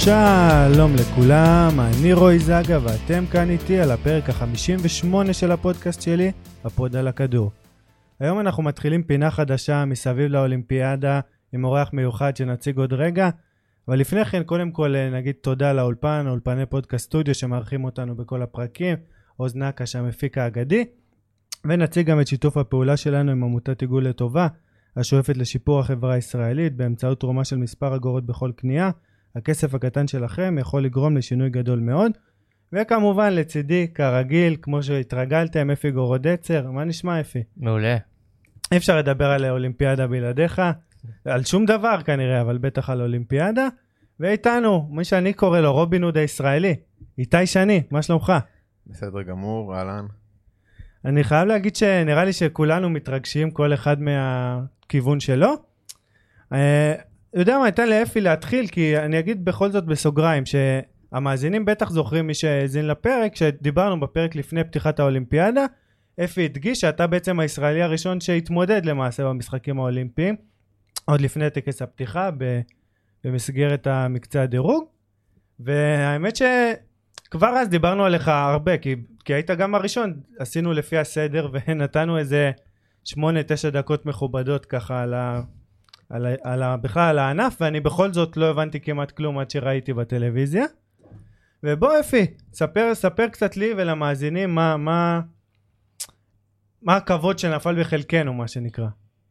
שלום לכולם, אני רועי זגה ואתם כאן איתי על הפרק ה-58 של הפודקאסט שלי, הפוד על הכדור. היום אנחנו מתחילים פינה חדשה מסביב לאולימפיאדה עם אורח מיוחד שנציג עוד רגע, אבל לפני כן קודם כל נגיד תודה לאולפן, אולפני פודקאסט סטודיו שמארחים אותנו בכל הפרקים, עוז נקש המפיק האגדי, ונציג גם את שיתוף הפעולה שלנו עם עמותת עיגול לטובה, השואפת לשיפור החברה הישראלית באמצעות תרומה של מספר אגורות בכל קנייה. הכסף הקטן שלכם יכול לגרום לשינוי גדול מאוד. וכמובן לצידי, כרגיל, כמו שהתרגלתם, אפי גורודצר. מה נשמע אפי? מעולה. אי אפשר לדבר על אולימפיאדה בלעדיך, על שום דבר כנראה, אבל בטח על אולימפיאדה. ואיתנו, מי שאני קורא לו רובין הוד הישראלי, איתי שני, מה שלומך? בסדר גמור, אהלן. אני חייב להגיד שנראה לי שכולנו מתרגשים כל אחד מהכיוון שלו. יודע מה, אתן לאפי להתחיל, כי אני אגיד בכל זאת בסוגריים, שהמאזינים בטח זוכרים מי שהזין לפרק, שדיברנו בפרק לפני פתיחת האולימפיאדה, אפי הדגיש שאתה בעצם הישראלי הראשון שהתמודד למעשה במשחקים האולימפיים, עוד לפני טקס הפתיחה, במסגרת המקצה הדירוג, והאמת שכבר אז דיברנו עליך הרבה, כי היית גם הראשון, עשינו לפי הסדר, ונתנו איזה 8-9 דקות מכובדות ככה בכלל על הענף, ואני בכל זאת לא הבנתי כמעט כלום עד שראיתי בטלוויזיה. ובוא אפי, ספר קצת לי ולמאזינים מה הכבוד שנפל בחלקנו, מה שנקרא.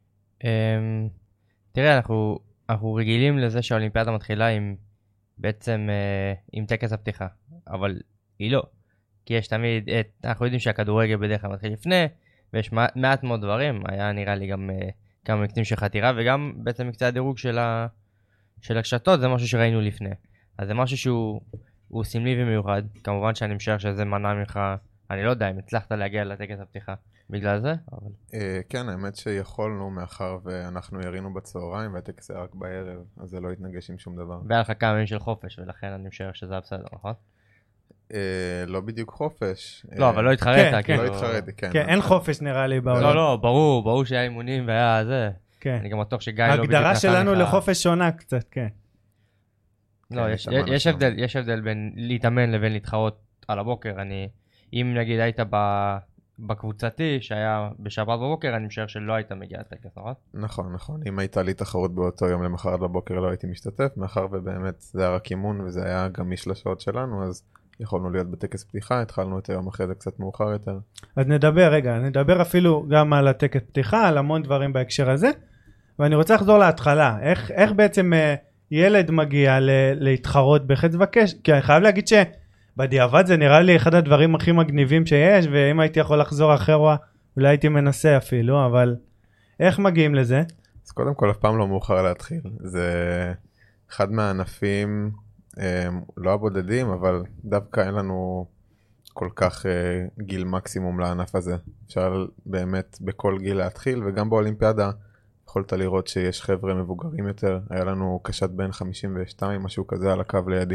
תראה, אנחנו רגילים לזה שהאולימפיאדה מתחילה בעצם עם טקס הפתיחה, אבל היא לא. כי יש תמיד, אנחנו יודעים שהכדורגל בדרך כלל מתחיל לפני, ויש מעט מאוד דברים, היה נראה לי גם כמה מקצים של חתירה, וגם בעצם מקצה הדירוג של הקשתות, זה משהו שראינו לפני. אז זה משהו שהוא סמלי ומיוחד. כמובן שאני משער שזה מנע ממך, אני לא יודע אם הצלחת להגיע לטקס הפתיחה בגלל זה, אבל... כן, האמת שיכולנו, מאחר ואנחנו ירינו בצהריים, והטקס היה רק בערב, אז זה לא התנגש עם שום דבר. והיה לך כמה ימים של חופש, ולכן אני משער שזה בסדר, נכון? לא בדיוק חופש. לא, אבל לא התחרט. לא התחרתי, כן. כן, אין חופש נראה לי בעולם. לא, ברור שהיה אימונים והיה זה. אני גם בטוח שגיא לא בדיוק ההגדרה שלנו לחופש שונה קצת, כן. לא, יש הבדל בין להתאמן לבין להתחרות על הבוקר. אם נגיד היית בקבוצתי שהיה בשבת בבוקר, אני משער שלא היית מגיע לטקס, נכון? נכון. אם הייתה לי תחרות באותו יום למחרת בבוקר לא הייתי משתתף, מאחר ובאמת זה היה רק אימון וזה היה גמיש לשעות שלנו, אז יכולנו להיות בטקס פתיחה, התחלנו את היום אחרי זה קצת מאוחר יותר. אז נדבר אפילו גם על הטקס פתיחה, על המון דברים בהקשר הזה, ואני רוצה לחזור להתחלה. איך בעצם ילד מגיע להתחרות בחץ וקש? כי אני חייב להגיד שבדיעבד זה נראה לי אחד הדברים הכי מגניבים שיש, ואם הייתי יכול לחזור אחורה, אולי הייתי מנסה אפילו, אבל איך מגיעים לזה? אז קודם כל, אף פעם לא מאוחר להתחיל. זה אחד מהענפים, לא הבודדים, אבל דווקא אין לנו כל כך גיל מקסימום לענף הזה. אפשר באמת בכל גיל להתחיל, וגם באולימפיאדה יכולת לראות שיש חבר'ה מבוגרים יותר. היה לנו קשת בין 52, משהו כזה על הקו לידי.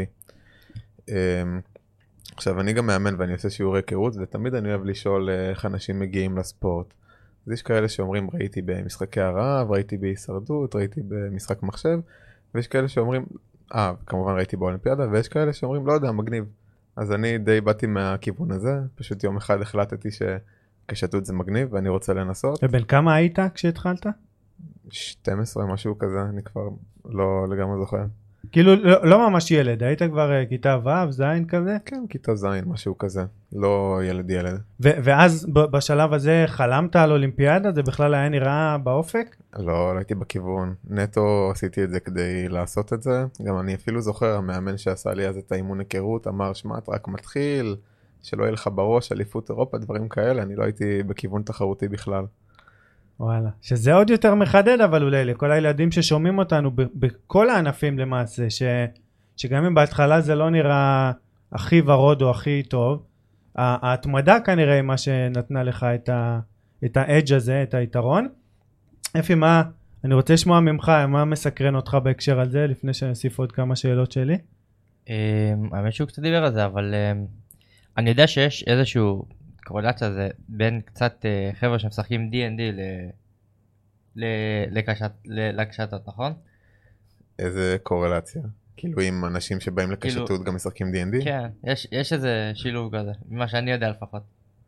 עכשיו, אני גם מאמן ואני עושה שיעורי היכרות, ותמיד אני אוהב לשאול איך אנשים מגיעים לספורט. אז יש כאלה שאומרים, ראיתי במשחקי הרעב, ראיתי בהישרדות, ראיתי במשחק מחשב, ויש כאלה שאומרים, כמובן ראיתי באולימפיאדה, ויש כאלה שאומרים, לא יודע, מגניב. אז אני די באתי מהכיוון הזה, פשוט יום אחד החלטתי שקשתות זה מגניב, ואני רוצה לנסות. ובן כמה היית כשהתחלת? 12, משהו כזה, אני כבר לא לגמרי זוכר. כאילו לא ממש ילד, היית כבר כיתה ו', זין כזה? כן, כיתה זין, משהו כזה, לא ילד. ואז בשלב הזה חלמת על אולימפיאדה? זה בכלל היה נראה באופק? לא הייתי בכיוון, נטו עשיתי את זה כדי לעשות את זה, גם אני אפילו זוכר, המאמן שעשה לי אז את האימון היכרות, אמר שמעת רק מתחיל, שלא יהיה לך בראש, אליפות אירופה, דברים כאלה, אני לא הייתי בכיוון תחרותי בכלל. וואלה, שזה עוד יותר מחדד, אבל אולי לכל הילדים ששומעים אותנו בכל הענפים למעשה, שגם אם בהתחלה זה לא נראה הכי ורוד או הכי טוב, ההתמדה כנראה היא מה שנתנה לך את האדג' הזה, את היתרון. אפי, אני רוצה לשמוע ממך, מה מסקרן אותך בהקשר הזה, לפני שנוסיף עוד כמה שאלות שלי? האמת שהוא קצת דיבר על זה, אבל אני יודע שיש איזשהו קורלציה זה בין קצת חבר'ה שמשחקים D&D לקשתות, נכון? איזה קורלציה? כאילו עם אנשים שבאים לקשתות גם משחקים D&D? כן, יש איזה שילוב כזה, ממה שאני יודע לפחות.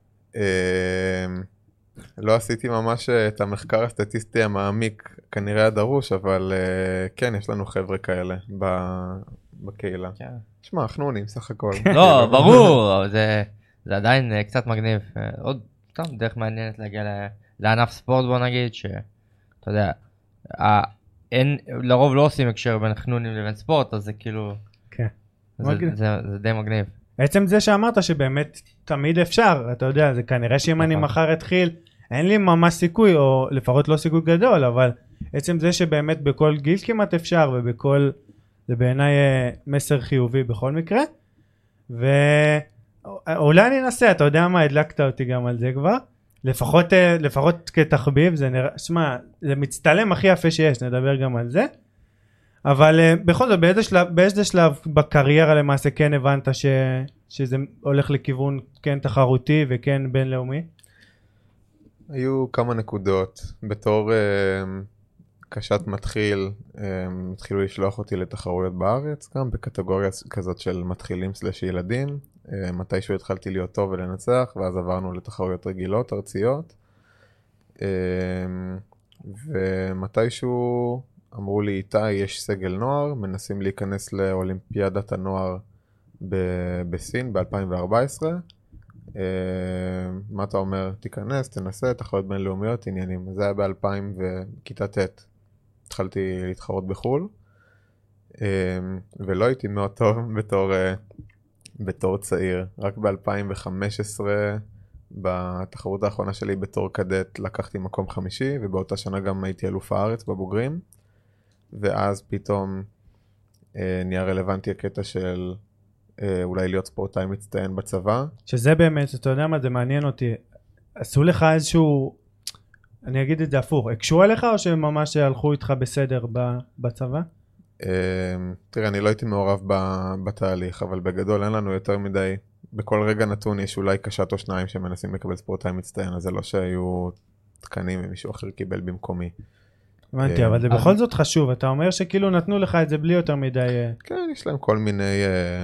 לא עשיתי ממש את המחקר הסטטיסטי המעמיק, כנראה הדרוש, אבל כן, יש לנו חבר'ה כאלה בקהילה. כן. שמע, חנונים, סך הכל. לא, ברור, אבל זה עדיין קצת מגניב. עוד דרך מעניינת להגיע לענף ספורט, בוא נגיד, שאתה יודע, לרוב לא עושים הקשר בין חנונים לבין ספורט, אז זה כאילו, כן. זה די מגניב. עצם זה שאמרת שבאמת תמיד אפשר, אתה יודע, זה כנראה שאם אני מחר אתחיל, אין לי ממש סיכוי, או לפחות לא סיכוי גדול, אבל עצם זה שבאמת בכל גיל כמעט אפשר, ובכל, זה בעיניי מסר חיובי בכל מקרה, ואולי אני אנסה, אתה יודע מה, הדלקת אותי גם על זה כבר, לפחות כתחביב, זה נראה, שמה, זה מצטלם הכי יפה שיש, נדבר גם על זה, אבל בכל זאת, באיזה שלב בקריירה למעשה כן הבנת שזה הולך לכיוון כן תחרותי וכן בינלאומי? היו כמה נקודות. בתור קשת מתחיל, התחילו לשלוח אותי לתחרויות בארץ, גם בקטגוריה כזאת של מתחילים סלש ילדים. מתישהו התחלתי להיות טוב ולנצח, ואז עברנו לתחרויות רגילות, ארציות. ומתישהו אמרו לי, איתי, יש סגל נוער, מנסים להיכנס לאולימפיאדת הנוער בסין ב-2014. מה אתה אומר? תיכנס, תנסה, תחרויות בינלאומיות, עניינים. זה היה בכיתה ט'. התחלתי להתחרות בחול, ולא הייתי מאוד טוב בתור צעיר. רק ב-2015, בתחרות האחרונה שלי בתור קדט, לקחתי מקום 5, ובאותה שנה גם הייתי אלוף הארץ בבוגרים. ואז פתאום נהיה רלוונטי הקטע של אולי להיות ספורטאי מצטיין בצבא. שזה באמת, אתה יודע מה, זה מעניין אותי. עשו לך איזשהו, אני אגיד את זה הפוך, הקשו עליך או שממש הלכו איתך בסדר בצבא? תראה, אני לא הייתי מעורב בתהליך, אבל בגדול אין לנו יותר מדי, בכל רגע נתון יש אולי קשת או שניים שמנסים לקבל ספורטאי מצטיין, אז זה לא שהיו תקנים ומישהו אחר קיבל במקומי. הבנתי, אבל זה בכל זאת חשוב, אתה אומר שכאילו נתנו לך את זה בלי יותר מדי... כן, יש להם כל מיני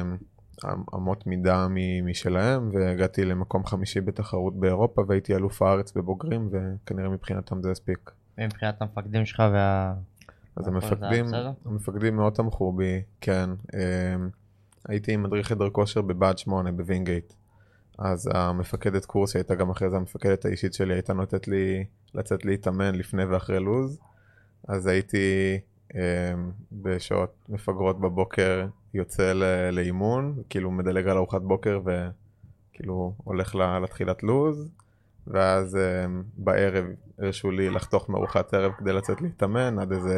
אמות מידה משלהם, והגעתי למקום 5 בתחרות באירופה, והייתי אלוף הארץ בבוגרים, וכנראה מבחינתם זה הספיק. מבחינת המפקדים שלך אז המפקדים מאוד תמכו בי, כן. הייתי עם מדריך חדר כושר בבה"ד 8 בווינגייט. אז המפקדת קורס שהייתה גם אחרי זה המפקדת האישית שלי, הייתה נותנת לי לצאת להתאמן לפני ואחרי לוז. אז הייתי בשעות מפגרות בבוקר יוצא לאימון, כאילו מדלג על ארוחת בוקר וכאילו הולך לתחילת לוז, ואז בערב הרשו לי לחתוך מארוחת ערב כדי לצאת להתאמן עד איזה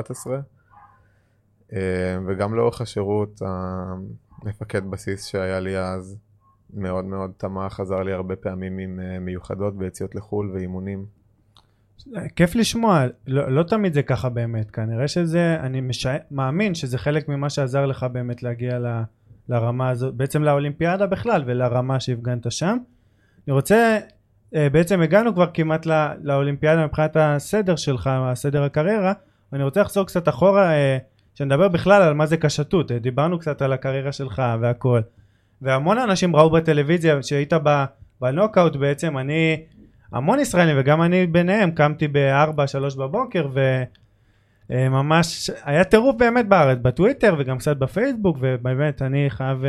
10-11. וגם לאורך השירות המפקד בסיס שהיה לי אז מאוד מאוד תמך, חזר לי הרבה פעמים עם מיוחדות ויציאות לחול ואימונים. כיף לשמוע, לא תמיד זה ככה באמת, כנראה שזה, אני מאמין שזה חלק ממה שעזר לך באמת להגיע לרמה הזאת, בעצם לאולימפיאדה בכלל ולרמה שהפגנת שם. אני רוצה, בעצם הגענו כבר כמעט לאולימפיאדה מבחינת הסדר שלך, הסדר הקריירה, ואני רוצה לחזור קצת אחורה, שנדבר בכלל על מה זה קשתות, דיברנו קצת על הקריירה שלך והכל, והמון אנשים ראו בטלוויזיה שהיית בנוקאוט בעצם, המון ישראלים וגם אני ביניהם קמתי ב-4-3 בבוקר וממש היה טירוף באמת בארץ, בטוויטר וגם קצת בפייסבוק, ובאמת אני חייב,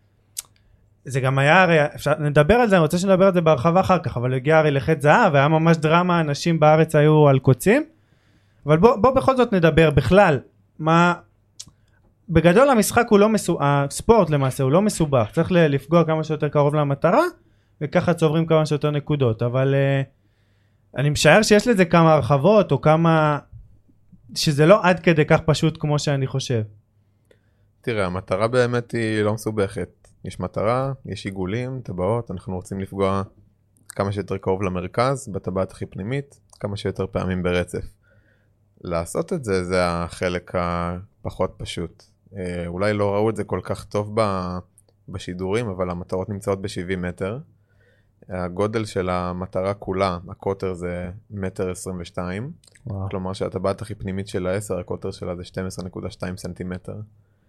זה גם היה, הרי אפשר נדבר על זה, אני רוצה שנדבר על זה בהרחבה אחר כך, אבל הגיע הרי לחץ זהב והיה ממש דרמה, אנשים בארץ היו על קוצים, אבל בוא בכל זאת נדבר בכלל, מה, בגדול המשחק הוא לא הספורט למעשה הוא לא מסובך, צריך לפגוע כמה שיותר קרוב למטרה, וככה צוברים כמה שיותר נקודות, אבל אני משער שיש לזה כמה הרחבות, או כמה, שזה לא עד כדי כך פשוט כמו שאני חושב. תראה, המטרה באמת היא לא מסובכת. יש מטרה, יש עיגולים, טבעות, אנחנו רוצים לפגוע כמה שיותר קרוב למרכז, בטבעת הכי פנימית, כמה שיותר פעמים ברצף. לעשות את זה, זה החלק הפחות פשוט. אולי לא ראו את זה כל כך טוב בשידורים, אבל המטרות נמצאות ב-70 מטר. הגודל של המטרה כולה, הקוטר זה 1.22 מטר, כלומר שהטבעת הכי פנימית של ה-10, הקוטר שלה זה 12.2 סנטימטר.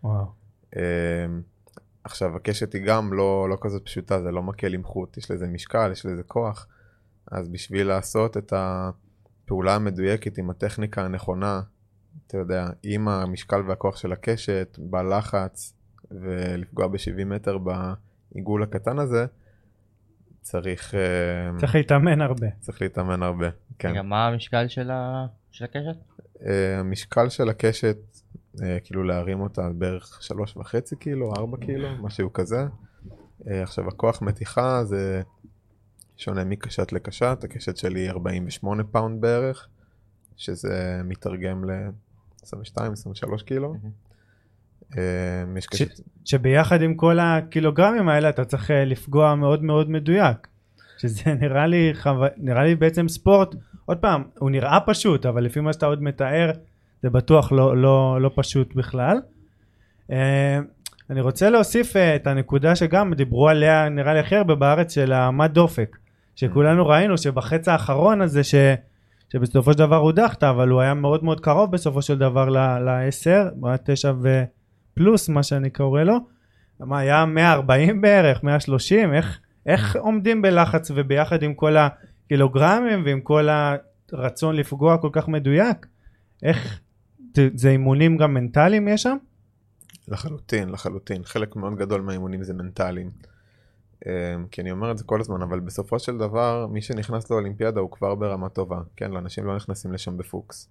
וואו. עכשיו הקשת היא גם לא כזאת פשוטה, זה לא מקל עם חוט, יש לזה משקל, יש לזה כוח, אז בשביל לעשות את הפעולה המדויקת עם הטכניקה הנכונה, אתה יודע, עם המשקל והכוח של הקשת, בלחץ, ולפגוע ב-70 מטר בעיגול הקטן הזה, צריך להתאמן הרבה. צריך להתאמן הרבה, כן. רגע, מה המשקל של הקשת? המשקל של הקשת, כאילו להרים אותה בערך 3.5 קילו, 4 קילו, משהו כזה. עכשיו הכוח מתיחה זה שונה מקשת לקשת, הקשת שלי היא 48 פאונד בערך, שזה מתרגם ל-22-23 קילו. יש קשת... שביחד עם כל הקילוגרמים האלה אתה צריך לפגוע מאוד מאוד מדויק, שזה נראה לי בעצם ספורט, עוד פעם, הוא נראה פשוט, אבל לפי מה שאתה עוד מתאר, זה בטוח לא פשוט בכלל. אני רוצה להוסיף את הנקודה שגם דיברו עליה נראה לי הכי הרבה בארץ, של המד דופק, שכולנו ראינו שבחץ האחרון הזה שבסופו של דבר הוא דחת, אבל הוא היה מאוד מאוד קרוב בסופו של דבר ל-10, 9 ופלוס מה שאני קורא לו, מה היה 140 בערך, 130, איך עומדים בלחץ וביחד עם כל הקילוגרמים ועם כל הרצון לפגוע כל כך מדויק, איך זה אימונים גם מנטליים יש שם? לחלוטין. חלק מאוד גדול מהאימונים זה מנטליים. כי אני אומר את זה כל הזמן, אבל בסופו של דבר, מי שנכנס לאולימפיאדה הוא כבר ברמה טובה. כן, לאנשים לא נכנסים לשם בפוקס.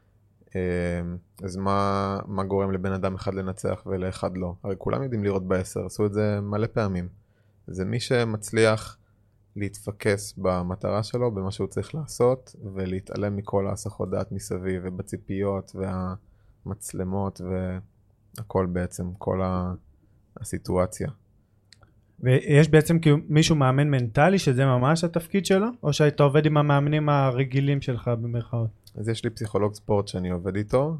אז מה גורם לבן אדם אחד לנצח ולאחד לא? הרי כולם יודעים לראות ב10, עשו את זה מלא פעמים. זה מי שמצליח להתפקס במטרה שלו, במה שהוא צריך לעשות, ולהתעלם מכל ההסחות דעת מסביב, ובציפיות, והמצלמות, והכל בעצם, כל הסיטואציה. ויש בעצם מישהו מאמן מנטלי, שזה ממש התפקיד שלו? או שאתה עובד עם המאמנים הרגילים שלך במרכאות? אז יש לי פסיכולוג ספורט שאני עובד איתו,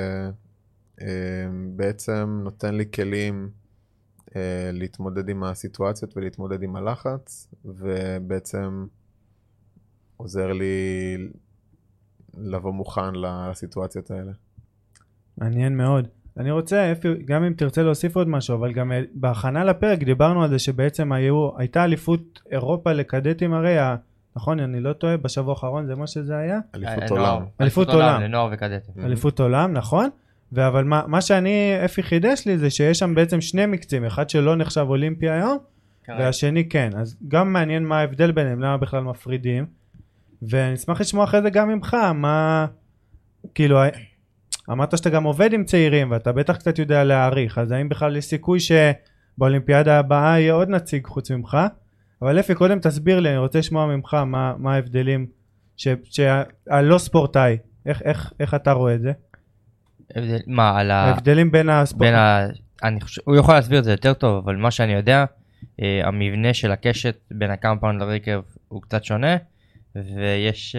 שבעצם נותן לי כלים להתמודד עם הסיטואציות ולהתמודד עם הלחץ, ובעצם עוזר לי לבוא מוכן לסיטואציות האלה. מעניין מאוד. אני רוצה, גם אם תרצה להוסיף עוד משהו, אבל גם בהכנה לפרק דיברנו על זה שבעצם הייתה אליפות אירופה לקדטים הרי, נכון, אני לא טועה, בשבוע האחרון זה מה שזה היה? אליפות עולם. אליפות עולם, לנוער וקדטים. אליפות עולם, נכון? אבל מה שאני, אפי חידש לי זה שיש שם בעצם שני מקצים, אחד שלא נחשב אולימפי היום, והשני כן. אז גם מעניין מה ההבדל ביניהם, למה בכלל מפרידים, ואני אשמח לשמוע אחרי זה גם ממך, כאילו, אמרת שאתה גם עובד עם צעירים, ואתה בטח קצת יודע להעריך, אז האם בכלל יש סיכוי שבאולימפיאדה הבאה יהיה עוד נציג חוץ ממך? אבל אפי, קודם תסביר לי, אני רוצה לשמוע ממך מה ההבדלים, שהלא ספורטאי, איך אתה רואה את זה? מה, על ההבדלים בין הספורט? הוא יכול להסביר את זה יותר טוב, אבל מה שאני יודע, המבנה של הקשת בין הקאמפאונד לריקרב הוא קצת שונה, ויש,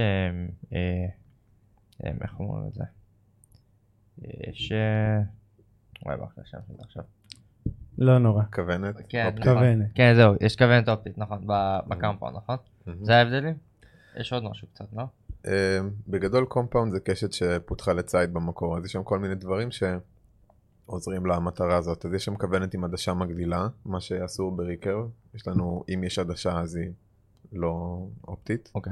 איך אומרים את זה? יש, וואי, באחלה שם שזה עכשיו. לא נורא. כוונת? כן, זהו, יש כוונת אופטית, נכון, בקאמפאונד, נכון? זה ההבדלים? יש עוד משהו קצת, לא? בגדול קומפאונד זה קשת שפותחה לצייד במקור, אז יש שם כל מיני דברים שעוזרים למטרה הזאת. אז יש שם כוונת עם עדשה מגדילה, מה שאסור בריקרב. יש לנו, אם יש עדשה אז היא לא אופטית. אוקיי.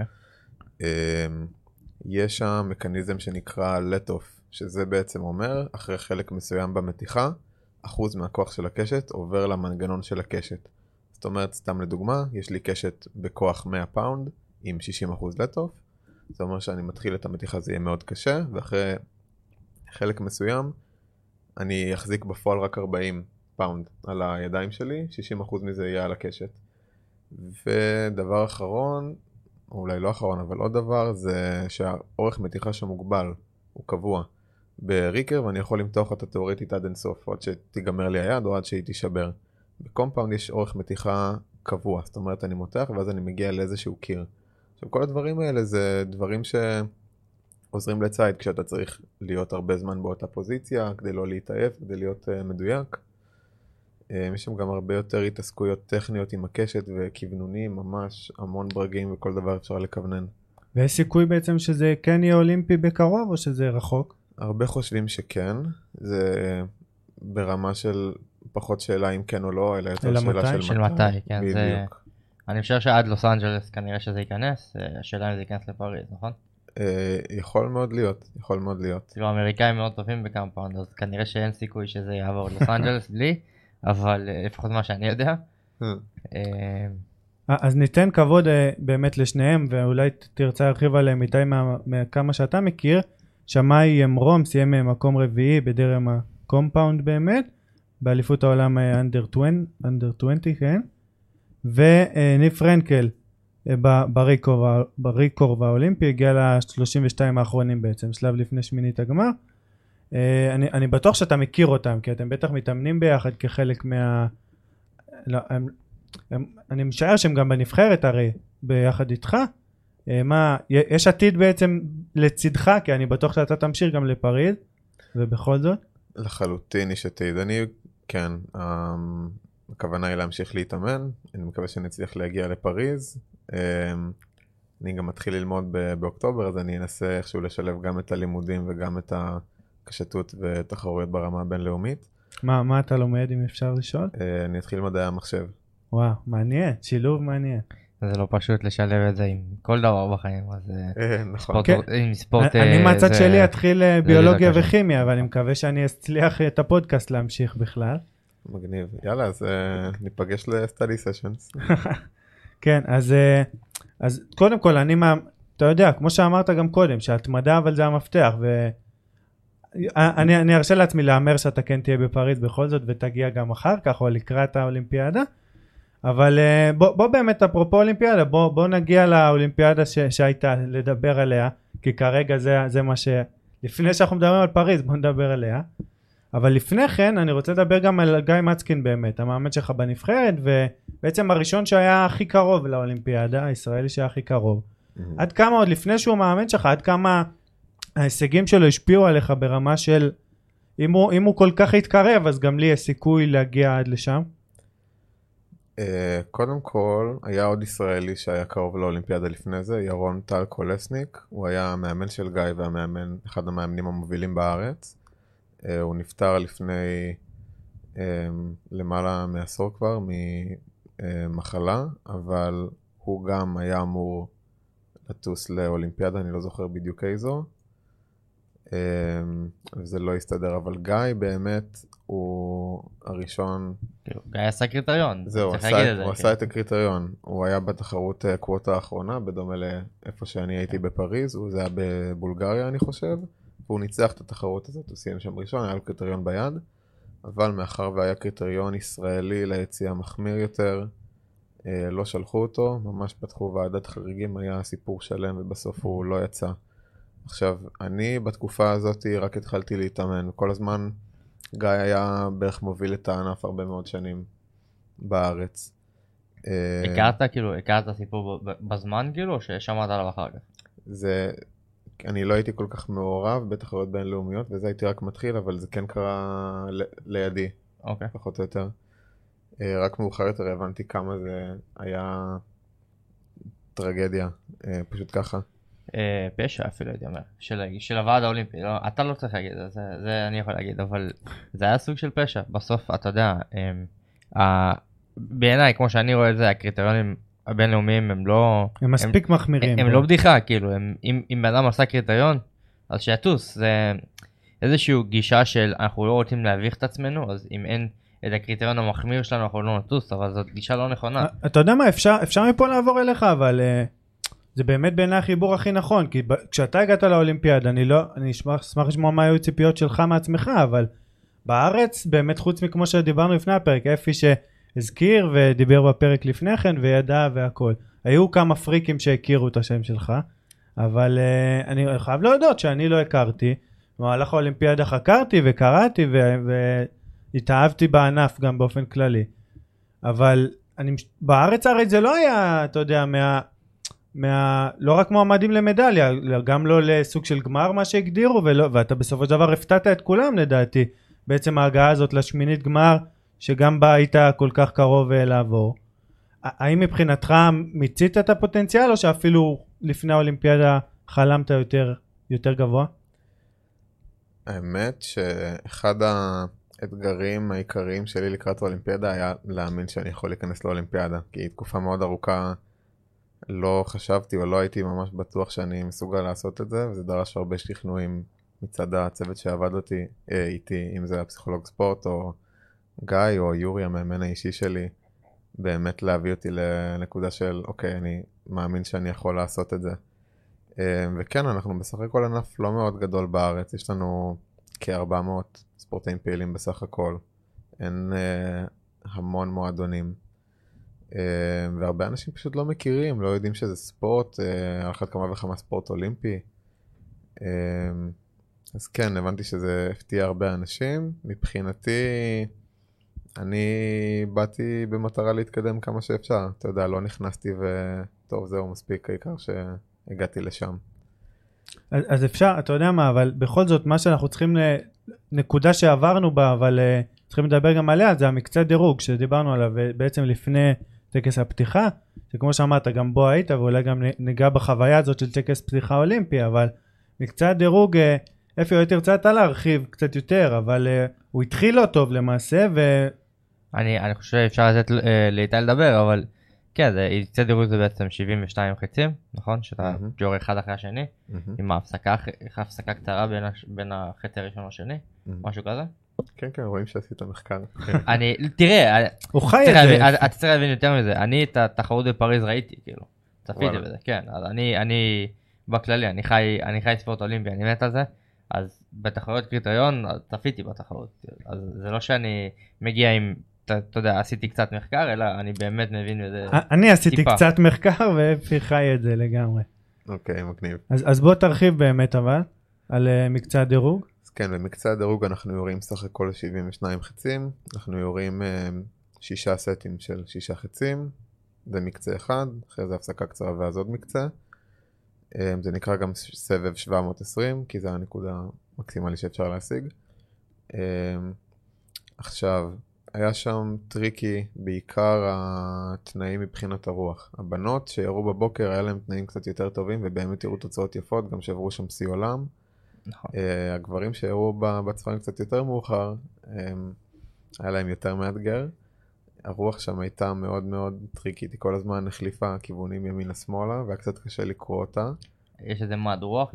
יש שם מקניזם שנקרא let-off, שזה בעצם אומר, אחרי חלק מסוים במתיחה, אחוז מהכוח של הקשת עובר למנגנון של הקשת. זאת אומרת, סתם לדוגמה, יש לי קשת בכוח 100 פאונד עם 60% let-off, זה אומר שאני מתחיל את המתיחה, זה יהיה מאוד קשה, ואחרי חלק מסוים, אני אחזיק בפועל רק 40 פאונד על הידיים שלי, 60% מזה יהיה על הקשת. ודבר אחרון, אולי לא אחרון, אבל עוד דבר, זה שהאורך מתיחה שמוגבל, הוא קבוע. בריקרב אני יכול למתוח אותה תיאורטית עד אינסוף, עד שתיגמר לי היד או עד שהיא תישבר. בקומפאונד יש אורך מתיחה קבוע, זאת אומרת אני מותח ואז אני מגיע לאיזשהו קיר. עכשיו כל הדברים האלה זה דברים שעוזרים לצייד כשאתה צריך להיות הרבה זמן באותה פוזיציה, כדי לא להתעייף, כדי להיות מדויק. יש שם גם הרבה יותר התעסקויות טכניות עם הקשת וכיוונונים, ממש המון ברגים וכל דבר אפשר לכוונן. ויש סיכוי בעצם שזה כן יהיה אולימפי בקרוב או שזה רחוק? הרבה חושבים שכן, זה ברמה של פחות שאלה אם כן או לא, אלא יותר אלא שאלה מתי? של מתי, כן, זה... בדיוק. אני חושב שעד לוס אנג'לס כנראה שזה ייכנס, השאלה אם זה ייכנס לפריז, נכון? יכול מאוד להיות, יכול מאוד להיות. כאילו האמריקאים מאוד טובים בקמפאונד, אז כנראה שאין סיכוי שזה יעבור לוס אנג'לס בלי, אבל לפחות מה שאני יודע. אז ניתן כבוד באמת לשניהם, ואולי תרצה להרחיב עליהם איתי מכמה שאתה מכיר. שמאי ימרום סיים מקום רביעי בדרם הקומפאונד באמת, באליפות העולם אנדר 20, כן? וניב פרנקל בריקורב האולימפי הגיע ל-32 האחרונים בעצם, שלב לפני שמינית הגמר. אני בטוח שאתה מכיר אותם, כי אתם בטח מתאמנים ביחד כחלק מה... לא, אני משער שהם גם בנבחרת הרי ביחד איתך. יש עתיד בעצם לצדך, כי אני בטוח שאתה תמשיך גם לפריז, ובכל זאת? לחלוטין יש עתיד. אני, כן, הכוונה היא להמשיך להתאמן, אני מקווה שנצליח להגיע לפריז. אני גם מתחיל ללמוד באוקטובר, אז אני אנסה איכשהו לשלב גם את הלימודים וגם את הקשתות ותחרויות ברמה הבינלאומית. מה אתה לומד, אם אפשר לשאול? אני אתחיל מדעי המחשב. וואו, מעניין, שילוב מעניין. זה לא פשוט לשלב את זה עם כל דבר בחיים, אז נכון. עם ספורט... אני מהצד שלי אתחיל ביולוגיה וכימיה, אבל אני מקווה שאני אצליח את הפודקאסט להמשיך בכלל. מגניב. יאללה, אז ניפגש ל-study sessions. כן, אז קודם כל, אתה יודע, כמו שאמרת גם קודם, שהתמדה אבל זה המפתח, אני ארשה לעצמי לאמר שאתה כן תהיה בפריז בכל זאת, ותגיע גם אחר כך, או לקראת האולימפיאדה, אבל בוא באמת, אפרופו אולימפיאדה, בוא נגיע לאולימפיאדה שהייתה לדבר עליה, כי כרגע זה מה לפני שאנחנו מדברים על פריז, בוא נדבר עליה. אבל לפני כן אני רוצה לדבר גם על גיא מצקין באמת, המאמן שלך בנבחרת, ובעצם הראשון שהיה הכי קרוב לאולימפיאדה, הישראלי שהיה הכי קרוב. עד כמה עוד לפני שהוא מאמן שלך, עד כמה ההישגים שלו השפיעו עליך ברמה של, אם הוא כל כך התקרב, אז גם לי יש סיכוי להגיע עד לשם? קודם כל, היה עוד ישראלי שהיה קרוב לאולימפיאדה לפני זה, ירון טל קולסניק, הוא היה המאמן של גיא והמאמן, אחד המאמנים המובילים בארץ. הוא נפטר לפני למעלה מעשור כבר ממחלה, אבל הוא גם היה אמור לטוס לאולימפיאדה, אני לא זוכר בדיוק איזו, וזה לא יסתדר, אבל גיא באמת הוא הראשון. גיא עשה קריטריון. זהו, הוא עשה את הקריטריון. הוא היה בתחרות קווטה האחרונה, בדומה לאיפה שאני הייתי בפריז, זה היה בבולגריה אני חושב, והוא ניצח את התחרות הזאת, הוא סיים שם ראשון, היה לו קריטריון ביד, אבל מאחר והיה קריטריון ישראלי ליציאה מחמיר יותר, לא שלחו אותו, ממש פתחו ועדת חריגים, היה סיפור שלם ובסוף הוא לא יצא. עכשיו, אני בתקופה הזאת רק התחלתי להתאמן, כל הזמן גיא היה בערך מוביל את הענף הרבה מאוד שנים בארץ. הכרת סיפור בזמן כאילו, או ששמעת עליו אחר כך? אני לא הייתי כל כך מעורב בתחרויות בינלאומיות, וזה הייתי רק מתחיל, אבל זה כן קרה לידי, פחות או יותר. רק מאוחר יותר הבנתי כמה זה היה טרגדיה, פשוט ככה. פשע אפילו הייתי אומר, של הוועד האולימפי, אתה לא צריך להגיד, זה אני יכול להגיד, אבל זה היה סוג של פשע, בסוף אתה יודע, בעיניי כמו שאני רואה את זה, הקריטריונים הבינלאומיים הם לא... הם מספיק מחמירים. הם לא בדיחה, כאילו, אם בן אדם עשה קריטריון, אז שיטוס, זה איזושהי גישה של אנחנו לא רוצים להביך את עצמנו, אז אם אין את הקריטריון המחמיר שלנו, אנחנו לא נטוס, אבל זאת גישה לא נכונה. אתה יודע מה, אפשר מפה לעבור אליך, אבל זה באמת בעיניי החיבור הכי נכון, כי כשאתה הגעת לאולימפיאדה, אני אשמח לשמוע מה היו ציפיות שלך מעצמך, אבל בארץ, באמת חוץ מכמו שדיברנו לפני הפרק, אפי הזכיר ודיבר בפרק לפני כן וידע והכל. היו כמה פריקים שהכירו את השם שלך, אבל אני חייב להודות שאני לא הכרתי. במהלך האולימפיאדה חקרתי וקראתי והתאהבתי בענף גם באופן כללי. אבל בארץ הרי זה לא היה, אתה יודע, לא רק מועמדים למדליה, גם לא לסוג של גמר מה שהגדירו, ואתה בסופו של דבר הפתעת את כולם לדעתי. בעצם ההגעה הזאת לשמינית גמר, שגם בה היית כל כך קרוב לעבור. האם מבחינתך מיצית את הפוטנציאל, או שאפילו לפני האולימפיאדה חלמת יותר גבוה? האמת שאחד האתגרים העיקריים שלי לקראת האולימפיאדה היה להאמין שאני יכול להיכנס לאולימפיאדה, כי תקופה מאוד ארוכה לא חשבתי או לא הייתי ממש בטוח שאני מסוגל לעשות את זה, וזה דרש הרבה שכנועים מצד הצוות שעבד איתי, אם זה הפסיכולוג ספורט או גיא או יורי המאמן האישי שלי, באמת להביא אותי לנקודה של אוקיי, אני מאמין שאני יכול לעשות את זה. וכן, אנחנו בסך הכל ענף לא מאוד גדול בארץ, יש לנו כ-400 ספורטאים פעילים בסך הכל, אין המון מועדונים, והרבה אנשים פשוט לא מכירים, לא יודעים שזה ספורט, על אחת כמה וכמה ספורט אולימפי. אז כן, הבנתי שזה הפתיע הרבה אנשים. מבחינתי, אני באתי במטרה להתקדם כמה שאפשר. אתה יודע, לא נכנסתי וטוב, זהו מספיק, העיקר שהגעתי לשם. אז אפשר, אתה יודע מה, אבל בכל זאת, מה שאנחנו צריכים, נקודה שעברנו בה, אבל צריכים לדבר גם עליה, זה המקצה דירוג שדיברנו עליו, בעצם לפני טקס הפתיחה, שכמו שאמרת, גם בו היית, ואולי גם ניגע בחוויה הזאת של טקס פתיחה אולימפי, אבל מקצה הדירוג, אפי או תרצה להרחיב קצת יותר, אבל הוא התחיל לא טוב למעשה, אני חושב שאפשר לתת לאיתי לדבר, אבל כן, מקצה דירוג זה בעצם 72 חצים, נכון? שאתה ג'ור אחד אחרי השני, עם ההפסקה קצרה בין החצי הראשון לשני, משהו כזה. כן, כן, רואים שעשית מחקר. תראה, הוא חי את זה. אתה צריך להבין יותר מזה, אני את התחרות בפריז ראיתי, כאילו, צפיתי בזה, כן, אז אני בכללי, אני חי ספורט אולימפי, אני מת על זה, אז בתחרויות קריטריון, צפיתי בתחרות, אז זה לא שאני מגיע עם, אתה יודע, עשיתי קצת מחקר, אלא אני באמת מבין בזה טיפה. אני עשיתי קצת מחקר, ואפי חי את זה לגמרי. אוקיי, מגניב. אז בוא תרחיב באמת אבל, על מקצה הדירוג. כן, במקצה הדירוג אנחנו יורים סך הכל 72 חצים, אנחנו יורים 6 סטים של 6 חצים, זה מקצה אחד, אחרי זה הפסקה קצרה ואז עוד מקצה, זה נקרא גם סבב 720, כי זה הנקודה המקסימלי שאפשר להשיג. עכשיו, היה שם טריקי, בעיקר התנאים מבחינת הרוח. הבנות שירו בבוקר, היה להם תנאים קצת יותר טובים, ובאמת יראו תוצאות יפות, גם שעברו שם שיא עולם. נכון. הגברים שיראו בצפיים קצת יותר מאוחר, היה להם יותר מאתגר. הרוח שם הייתה מאוד מאוד טריקית, היא כל הזמן החליפה כיוונים ימינה שמאלה, והיה קצת קשה לקרוא אותה. יש איזה מד רוח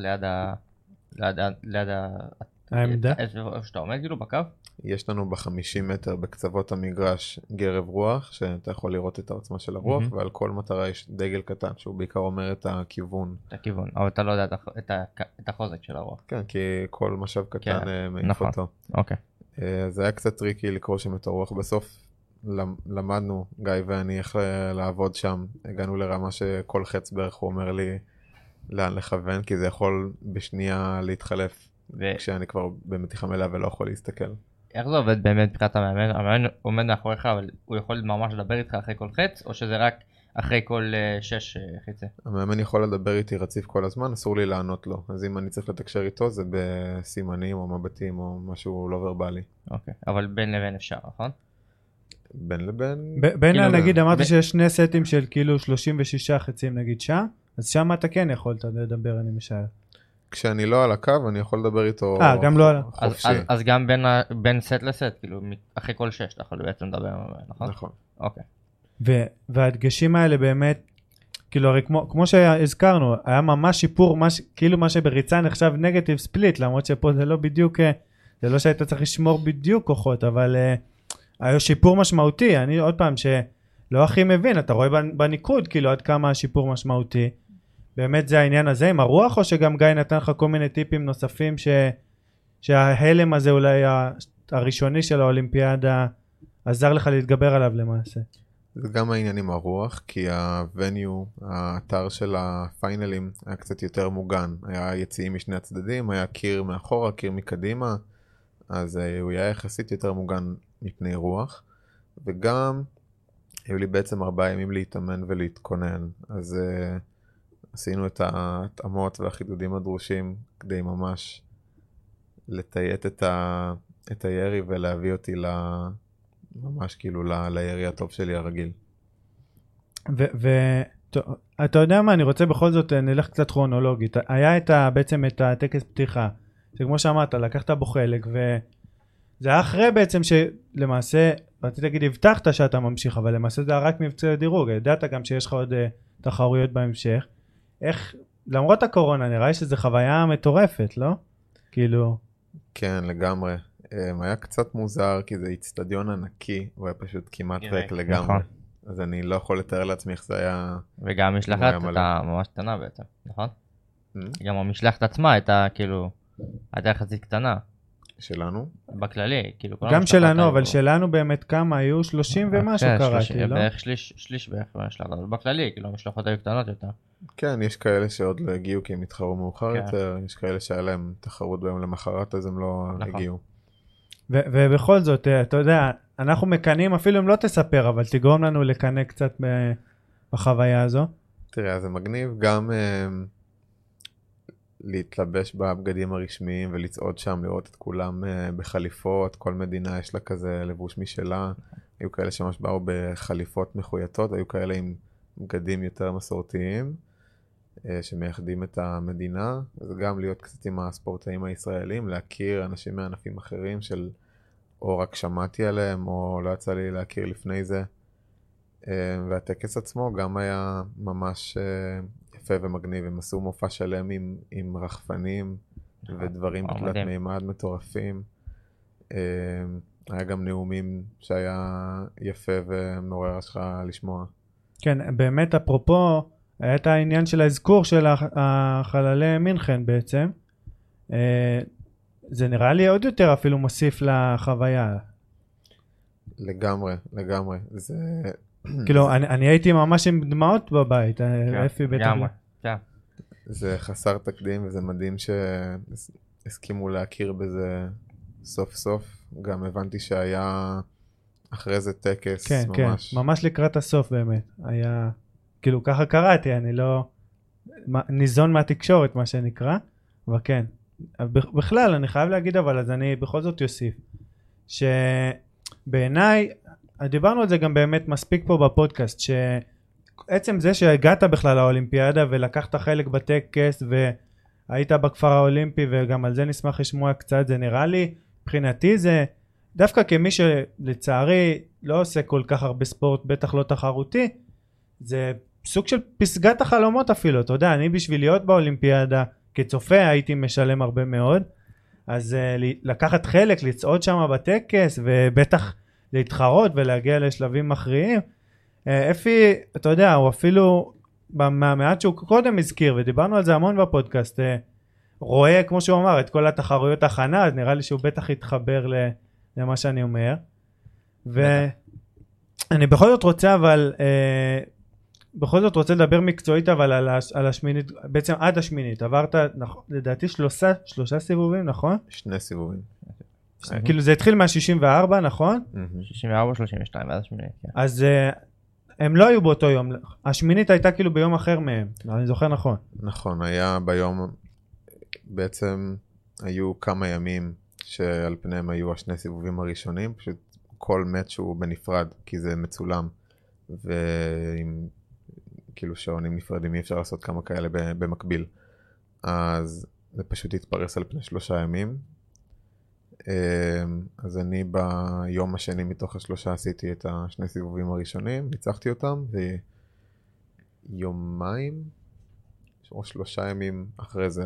ליד העמדה? איפה שאתה עומד כאילו בקו? יש לנו ב-50 מטר בקצוות המגרש גרב רוח, שאתה יכול לראות את העוצמה של הרוח, ועל כל מטרה יש דגל קטן, שהוא בעיקר אומר את הכיוון. את הכיוון, אבל אתה לא יודע את החוזק של הרוח. כן, כי כל משאב קטן מעיף אותו. אוקיי. זה היה קצת טריקי לקרוא שם את הרוח. בסוף למדנו, גיא ואני, איך לעבוד שם. הגענו לרמה שכל חץ בערך הוא אומר לי לאן לכוון, כי זה יכול בשנייה להתחלף, כשאני כבר במתיחה מלאה ולא יכול להסתכל. איך זה עובד באמת מבחינת המאמן? המאמן עומד מאחוריך, אבל הוא יכול ממש לדבר איתך אחרי כל חץ, או שזה רק אחרי כל 6 חצי? המאמן יכול לדבר איתי רציף כל הזמן, אסור לי לענות לו. אז אם אני צריך לתקשר איתו, זה בסימנים או מבטים או משהו לא ורבלי. אוקיי, אבל בין לבין אפשר, נכון? בין לבין? בין נגיד, אמרתי שיש 2 סטים של כאילו 36 חצים נגיד שם, אז שם אתה כן יכולת לדבר, אני משער. כשאני לא על הקו, אני יכול לדבר איתו גם לא על חופשי. אז גם בין סט לסט, כאילו אחרי כל 6 אתה יכול בעצם לדבר, נכון? נכון. אוקיי. והדגשים האלה באמת, כאילו הרי כמו שהזכרנו, היה ממש שיפור, כאילו מה שבריצה נחשב נגטיב ספליט, למרות שפה זה לא בדיוק, זה לא שהיית צריך לשמור בדיוק כוחות, אבל היה שיפור משמעותי. אני עוד פעם שלא הכי מבין, אתה רואה בניקוד כאילו עד כמה השיפור משמעותי. באמת זה העניין הזה עם הרוח, או שגם גיא נתן לך כל מיני טיפים נוספים שההלם הזה אולי הראשוני של האולימפיאדה עזר לך להתגבר עליו למעשה? זה גם העניין עם הרוח, כי הווניו, האתר של הפיינלים היה קצת יותר מוגן. היה יציאים משני הצדדים, היה קיר מאחורה, קיר מקדימה, אז הוא היה יחסית יותר מוגן מפני רוח. וגם היו לי בעצם 4 ימים להתאמן ולהתכונן, אז עשינו את ההתאמות והחידודים הדרושים כדי ממש לטיית את הירי ולהביא אותי ממש כאילו לירי הטוב שלי הרגיל. אתה יודע מה, אני רוצה בכל זאת נלך קצת כרונולוגית. היה בעצם את הטקס פתיחה, שכמו שאמרת, לקחת בו חלק, זה היה אחרי בעצם שלמעשה, רציתי להגיד, הבטחת שאתה ממשיך, אבל למעשה זה היה רק מבצע דירוג, ידעת גם שיש לך עוד תחרויות בהמשך. איך, למרות הקורונה, נראה לי שזו חוויה מטורפת, לא? כאילו... כן, לגמרי. היה קצת מוזר, כי זה אצטדיון ענקי, הוא היה פשוט כמעט ריק לגמרי. אז אני לא יכול לתאר לעצמי איך זה היה... וגם המשלחת הייתה ממש קטנה בעצם, נכון? גם המשלחת עצמה הייתה כאילו, הייתה יחסית קטנה. שלנו? בכללי, כאילו... גם שלנו, אבל שלנו באמת כמה, היו 30 ומשהו קראתי, לא? בערך שליש בערך במשלחת, אבל בכללי, כאילו המשלחות היו קטנות יותר. כן, יש כאלה שעוד לא הגיעו כי הם התחרו מאוחר יותר, יש כאלה שהיה להם תחרות ביום למחרת, אז הם לא הגיעו. ובכל זאת, אתה יודע, אנחנו מקנים, אפילו אם לא תספר, אבל תגרום לנו לקנא קצת בחוויה הזו. תראה, זה מגניב גם להתלבש בבגדים הרשמיים ולצעוד שם, לראות את כולם בחליפות, כל מדינה יש לה כזה לבוש משלה, היו כאלה שממש באו בחליפות מחויטות, היו כאלה עם בגדים יותר מסורתיים, שמייחדים את המדינה, אז גם להיות קצת עם הספורטאים הישראלים, להכיר אנשים מענפים אחרים של או רק שמעתי עליהם או לא יצא לי להכיר לפני זה, והטקס עצמו גם היה ממש יפה ומגניב, הם עשו מופע שלם עם רחפנים ודברים בתלת מימד מטורפים, היה גם נאומים שהיה יפה ומעורר השראה לשמוע. כן, באמת אפרופו, היה את העניין של האזכור של החללי מינכן בעצם. זה נראה לי עוד יותר אפילו מוסיף לחוויה. לגמרי, לגמרי. זה... כאילו, אני הייתי ממש עם דמעות בבית. אפי בטח. כן. זה חסר תקדים וזה מדהים שהסכימו להכיר בזה סוף סוף. גם הבנתי שהיה אחרי זה טקס כן, ממש. כן, ממש לקראת הסוף באמת. היה... כאילו ככה קראתי, אני לא ניזון מהתקשורת מה שנקרא, אבל כן. בכלל אני חייב להגיד, אבל אז אני בכל זאת יוסיף, שבעיניי, דיברנו על זה גם באמת מספיק פה בפודקאסט, שעצם זה שהגעת בכלל לאולימפיאדה ולקחת חלק בטקס והיית בכפר האולימפי, וגם על זה נשמח לשמוע קצת, זה נראה לי, מבחינתי זה, דווקא כמי שלצערי לא עושה כל כך הרבה ספורט, בטח לא תחרותי, זה סוג של פסגת החלומות אפילו, אתה יודע, אני בשביל להיות באולימפיאדה כצופה הייתי משלם הרבה מאוד, אז לקחת חלק, לצעוד שם בטקס ובטח להתחרות ולהגיע לשלבים מכריעים. אפי, אתה יודע, הוא אפילו מהמעט שהוא קודם הזכיר ודיברנו על זה המון בפודקאסט, רואה כמו שהוא אמר את כל התחרויות הכנה, אז נראה לי שהוא בטח יתחבר למה שאני אומר. ואני בכל זאת רוצה אבל בכל זאת רוצה לדבר מקצועית, אבל על השמינית, בעצם עד השמינית, עברת, לדעתי שלושה סיבובים, נכון? 2 סיבובים. כאילו זה התחיל מה-64, נכון? 64, 32, ועד השמינית. אז הם לא היו באותו יום, השמינית הייתה כאילו ביום אחר מהם, אני זוכר נכון. נכון, היה ביום, בעצם היו כמה ימים שעל פניהם היו 2 סיבובים הראשונים, פשוט כל מאץ' הוא בנפרד, כי זה מצולם, ועם... כאילו שעונים נפרדים, אי אפשר לעשות כמה כאלה במקביל. אז זה פשוט התפרס על פני 3 ימים. אז אני ביום השני מתוך 3 עשיתי את 2 סיבובים הראשונים, ניצחתי אותם, ויומיים, או 3 ימים אחרי זה,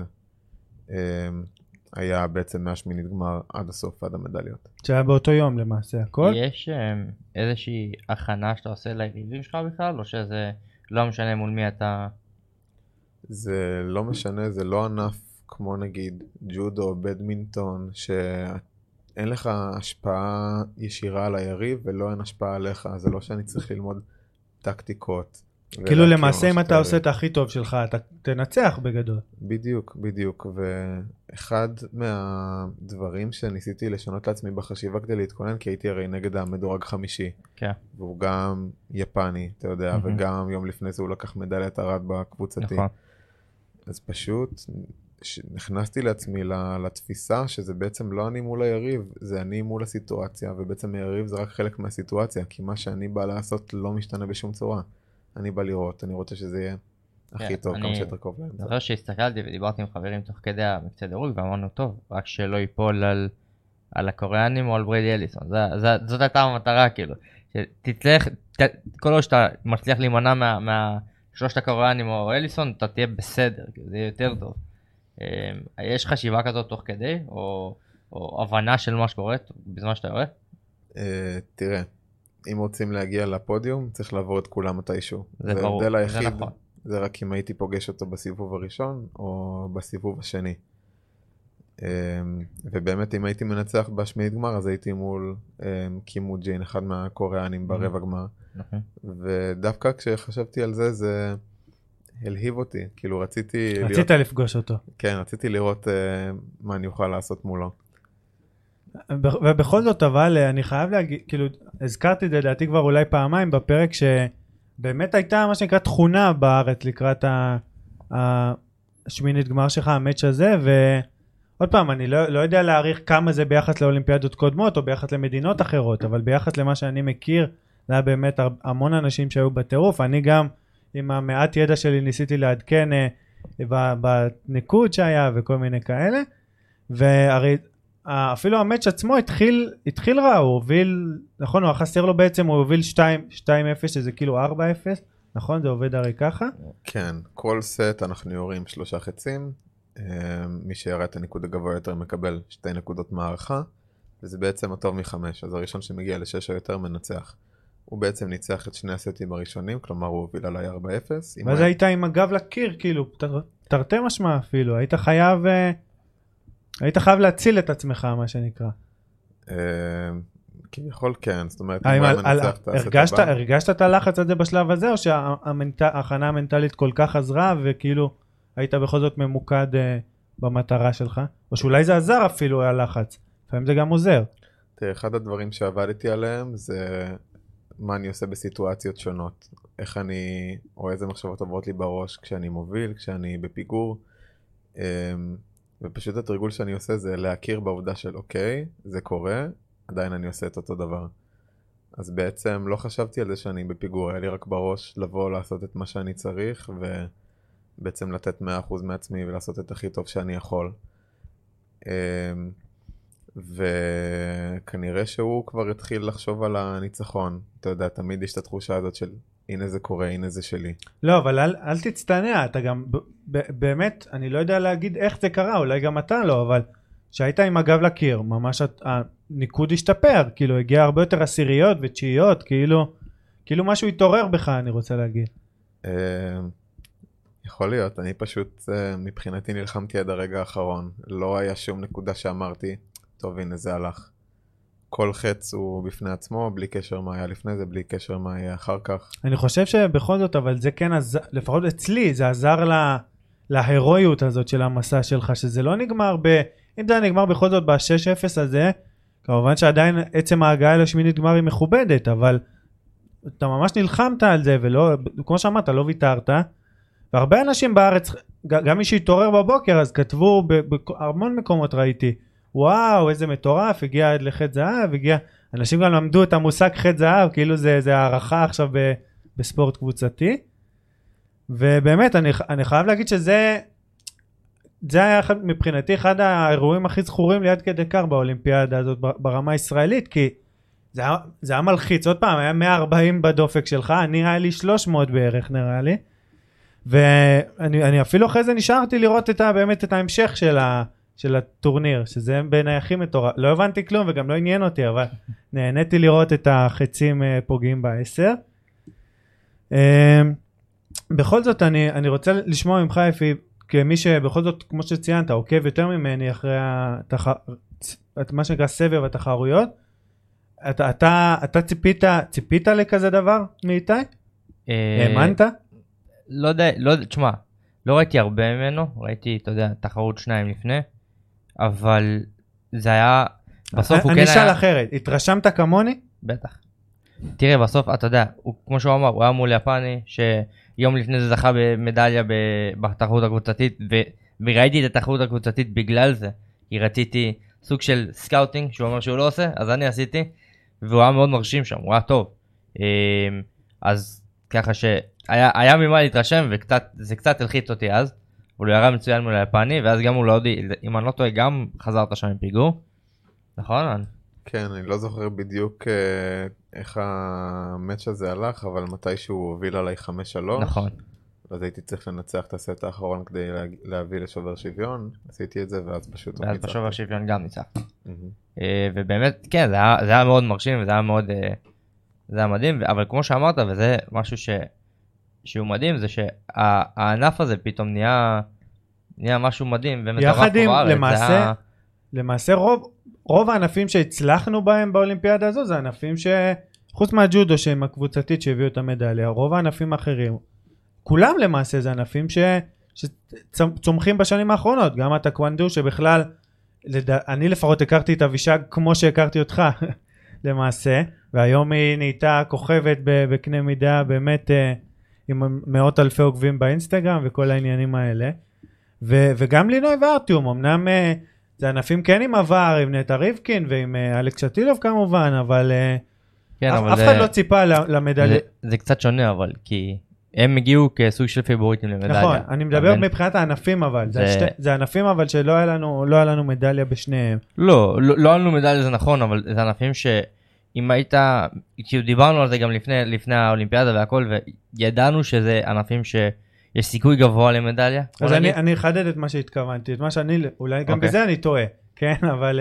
היה בעצם מהשמינית גמר עד הסוף, עד המדליות. שהיה באותו יום למעשה, הכל? יש איזושהי הכנה שאתה עושה ליריבים שלך בכלל, או שזה... לא משנה מול מי אתה... זה לא משנה, זה לא ענף כמו נגיד ג'ודו, בדמינטון, שאין לך השפעה ישירה על היריב ולא אין השפעה עליך, זה לא שאני צריך ללמוד טקטיקות. כאילו למעשה אם אתה עושה את הכי טוב שלך, אתה תנצח בגדול. בדיוק, בדיוק, ואחד מהדברים שניסיתי לשנות לעצמי בחשיבה כדי להתכונן, כי הייתי הרי נגד המדורג 5, כן. והוא גם יפני, אתה יודע, וגם יום לפני זה הוא לקח מדליית ארד בקבוצתי. נכון. אז פשוט נכנסתי לעצמי לתפיסה שזה בעצם לא אני מול היריב, זה אני מול הסיטואציה, ובעצם היריב זה רק חלק מהסיטואציה, כי מה שאני בא לעשות לא משתנה בשום צורה. אני בא לראות, אני רוצה שזה יהיה הכי טוב, כמה שיותר קרוב להם. אני זוכר שהסתכלתי ודיברתי עם חברים תוך כדי המקצה דירוג, ואמרנו טוב, רק שלא ייפול על הקוריאנים או על בריידי אליסון. זאת הייתה המטרה, כאילו. שתצליח, כל עוד שאתה מצליח להימנע מהשלושת הקוריאנים או אליסון, אתה תהיה בסדר, זה יהיה יותר טוב. יש חשיבה כזאת תוך כדי, או הבנה של מה שקורה בזמן שאתה רואה? תראה, אם רוצים להגיע לפודיום, צריך לעבור את כולם מתישהו. זה ברור, ההבדל היחיד, זה נכון. זה רק אם הייתי פוגש אותו בסיבוב הראשון, או בסיבוב השני. ובאמת אם הייתי מנצח בשמינית גמר, אז הייתי מול קים וו ג'ין, אחד מהקוריאנים ברבע גמר. ודווקא כשחשבתי על זה, זה הלהיב אותי. כאילו רצית לפגוש אותו. כן, רציתי לראות מה אני אוכל לעשות מולו. ובכל זאת, אבל אני חייב להגיד, כאילו, הזכרתי את זה לדעתי כבר אולי פעמיים בפרק, שבאמת הייתה מה שנקרא תכונה בארץ לקראת השמינית גמר שלך, המאץ' הזה, ועוד פעם, אני לא יודע להעריך כמה זה ביחס לאולימפיאדות קודמות, או ביחס למדינות אחרות, אבל ביחס למה שאני מכיר, זה היה באמת המון אנשים שהיו בטירוף. אני גם, עם המעט ידע שלי, ניסיתי לעדכן בניקוד שהיה, וכל מיני כאלה, והרי אפילו המאץ' עצמו התחיל רע, הוא הוביל, נכון, הוא חסר לו בעצם, הוא הוביל 2-0, שזה כאילו 4-0, נכון? זה עובד הרי ככה? כן, כל סט אנחנו יורים 3 חצים, מי שיראה את הניקוד הגבוה יותר מקבל 2 נקודות מערכה, וזה בעצם הטוב מ5, אז הראשון שמגיע ל6 או יותר מנצח. הוא בעצם ניצח את שני הסטים הראשונים, כלומר הוא הוביל עליי 4-0. ואז היית עם הגב לקיר, כאילו, תרתי משמע אפילו, היית חייב להציל את עצמך, מה שנקרא. כביכול כן, זאת אומרת, אם הוא מנצח את הסט הבא. הרגשת את הלחץ הזה בשלב הזה, או שההכנה המנטלית כל כך עזרה, וכאילו היית בכל זאת ממוקד במטרה שלך? או שאולי זה עזר אפילו הלחץ, לפעמים זה גם עוזר. תראה, אחד הדברים שעבדתי עליהם זה מה אני עושה בסיטואציות שונות. איך אני, או איזה מחשבות עוברות לי בראש כשאני מוביל, כשאני בפיגור. ופשוט התרגול שאני עושה זה להכיר בעובדה של אוקיי, זה קורה, עדיין אני עושה את אותו דבר. אז בעצם לא חשבתי על זה שאני בפיגור, היה לי רק בראש לבוא לעשות את מה שאני צריך, ובעצם לתת 100% מעצמי ולעשות את הכי טוב שאני יכול. וכנראה שהוא כבר התחיל לחשוב על הניצחון. אתה יודע, תמיד יש את התחושה הזאת של הנה זה קורה, הנה זה שלי. לא, אבל אל תצטנע, אתה גם, באמת, אני לא יודע להגיד איך זה קרה, אולי גם אתה לא, אבל שהיית עם הגב לקיר, ממש הניקוד השתפר, כאילו הגיע הרבה יותר עשיריות ותשיעיות, כאילו משהו התעורר בך, אני רוצה להגיד. יכול להיות, אני פשוט, מבחינתי נלחמתי עד הרגע האחרון, לא היה שום נקודה שאמרתי, טוב הנה זה הלך. כל חץ הוא בפני עצמו, בלי קשר מה היה לפני זה, בלי קשר מה היה אחר כך. אני חושב שבכל זאת, אבל זה כן, לפחות אצלי, זה עזר להירואיות הזאת של המסע שלך, שזה לא נגמר אם זה נגמר בכל זאת ב-6-0 הזה, כמובן שעדיין עצם ההגעה לשמינית גמר היא מכובדת, אבל אתה ממש נלחמת על זה, ולא, כמו שאמרת, לא ויתרת, והרבה אנשים בארץ, גם מי שהתעורר בבוקר, אז כתבו בהמון מקומות ראיתי, וואו, איזה מטורף, הגיע עד לחץ זהב, אנשים גם למדו את המושג חץ זהב, כאילו זה הערכה עכשיו בספורט קבוצתי, ובאמת, אני חייב להגיד שזה היה מבחינתי אחד האירועים הכי זכורים ליד כדי כך באולימפיאדה הזאת ברמה הישראלית, כי זה היה מלחיץ, עוד פעם, היה 140 בדופק שלך, היה לי 300 בערך נראה לי, ואני אפילו אחרי זה נשארתי לראות באמת את ההמשך של הטורניר, שזה בעיניי הכי מטורף. לא הבנתי כלום וגם לא עניין אותי, אבל נהניתי לראות את החצים פוגעים ב10. בכל זאת, אני רוצה לשמוע ממך, אפי, כמי שבכל זאת, כמו שציינת, עוקב יותר ממני אחרי מה שנקרא סבב התחרויות. אתה ציפית לכזה דבר מאיתי? האמנת? לא יודע, תשמע, לא ראיתי הרבה ממנו, ראיתי, אתה יודע, תחרות 2 לפני, אבל זה היה, בסוף הוא כן היה... אני אשאל אחרת, התרשמת כמוני? בטח. תראה, בסוף, אתה יודע, כמו שהוא אמר, הוא היה מול יפני, שיום לפני זה זכה במדליה בתחרות הקבוצתית, וראיתי את התחרות הקבוצתית בגלל זה, כי רציתי סוג של סקאוטינג, שהוא אומר שהוא לא עושה, אז אני עשיתי, והוא היה מאוד מרשים שם, הוא היה טוב. אז ככה שהיה ממה להתרשם, וזה קצת הלחיץ אותי אז, אבל הוא ירה מצוין מול היפני, ואז גם הוא לא יודע, אם אני לא טועה, גם חזרת שם עם פיגור. נכון? כן, אני לא זוכר בדיוק איך המאץ' הזה הלך, אבל מתישהו הוא הוביל עליי 5-3. נכון. אז הייתי צריך לנצח את הסט האחרון כדי להביא לשובר שוויון, עשיתי את זה ואז פשוט ואז בשובר שוויון גם ניצח. מהמם. ובאמת, כן, זה היה מאוד מרשים וזה היה מאוד, זה היה מדהים, אבל כמו שאמרת, וזה משהו שהוא מדהים, זה שהענף הזה פתאום נהיה משהו מדהים ומטורף יחד עם, בארץ. למעשה רוב הענפים שהצלחנו בהם באולימפיאדה הזו, זה ענפים חוץ מהג'ודו שהם הקבוצתית שהביאו את המדליה, רוב הענפים האחרים, כולם למעשה זה ענפים שצומחים בשנים האחרונות, גם הטקוונדו שבכלל, אני לפחות הכרתי את אבישג כמו שהכרתי אותך למעשה, והיום היא נהייתה כוכבת בקנה מידה באמת עם מאות אלפי עוקבים באינסטגרם וכל העניינים האלה, וגם לינוי וארטיום, אמנם זה ענפים כן עם עבר, עם נטע ריבקין ועם אלכס שטילוב כמובן, אבל אף אחד לא ציפה למדליה. זה קצת שונה אבל, כי הם הגיעו כסוג של פיבוריטים למדליה. נכון, אני מדבר מבחינת הענפים אבל, זה ענפים אבל שלא היה לנו מדליה בשניהם. לא היה לנו מדליה זה נכון, אבל זה ענפים שאם היית, כאילו דיברנו על זה גם לפני האולימפיאדה והכל, וידענו שזה ענפים יש סיכוי גבוה למדליה. אז אני אחדד את מה שהתכוונתי, את מה שאני, אולי גם בזה אני טועה, כן, אבל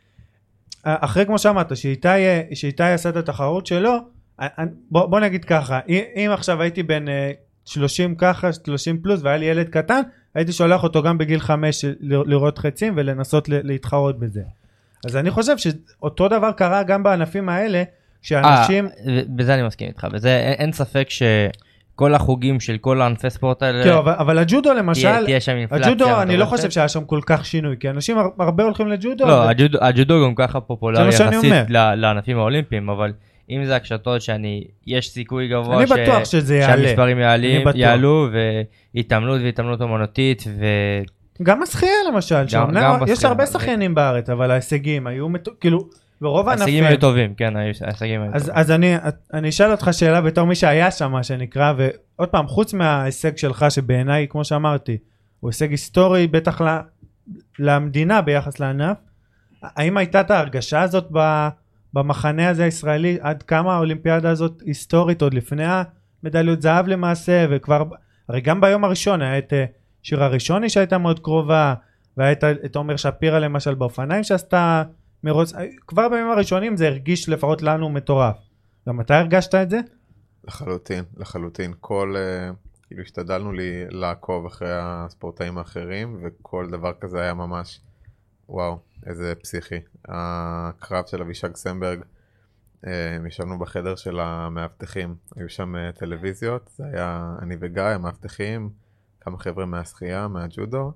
אחרי כמו שאמרת, שאיתי עשה את התחרות שלו, בוא נגיד ככה, אם עכשיו הייתי בין 30 ככה, 30 פלוס, והיה לי ילד קטן, הייתי שולח אותו גם בגיל 5 לראות חצים ולנסות להתחרות בזה. אז אני חושב שאותו דבר קרה גם בענפים האלה, שאנשים... בזה אני מסכים איתך, בזה אין ספק כל החוגים של כל הענפי ספורט האלה... כן, אבל הג'ודו למשל, תהיה שם אינפלציה. הג'ודו אני לא חושב שהיה שם כל כך שינוי, כי אנשים הרבה הולכים לג'ודו. לא, הג'ודו גם ככה פופולרי יחסית לענפים האולימפיים, אבל אם זה הקשתות יש סיכוי גבוה אני בטוח שזה שהמספרים יעלו, והתאמנות אומנותית, גם השחייה למשל, יש הרבה שחיינים בארץ, אבל ההישגים היו, כאילו, ברוב הענפים... ההישגים היו טובים, כן, ההישגים היו טובים. אז אני אשאל אותך שאלה בתור מי שהיה שם, מה שנקרא, ועוד פעם, חוץ מההישג שלך, שבעיניי, כמו שאמרתי, הוא הישג היסטורי, בטח למדינה ביחס לענף, האם הייתה את ההרגשה הזאת במחנה הזה הישראלי, עד כמה האולימפיאדה הזאת היסטורית, עוד לפני המדליות זהב למעשה, וכבר, הרי גם ביום הראשון היה את שירה ראשוני שהייתה מאוד קרובה, והיה את עומר שפירה למשל באופניים שעשתה מרוץ, כבר בימים הראשונים זה הרגיש לפחות לנו מטורף. גם אתה הרגשת את זה? לחלוטין. כאילו השתדלנו לעקוב אחרי הספורטאים האחרים, וכל דבר כזה היה ממש, וואו, איזה פסיכי. הקרב של אבישג סמברג, ישבנו בחדר של המאבטחים, היו שם טלוויזיות, זה היה אני וגיא, המאבטחים, כמה חבר'ה מהשחייה, מהג'ודו,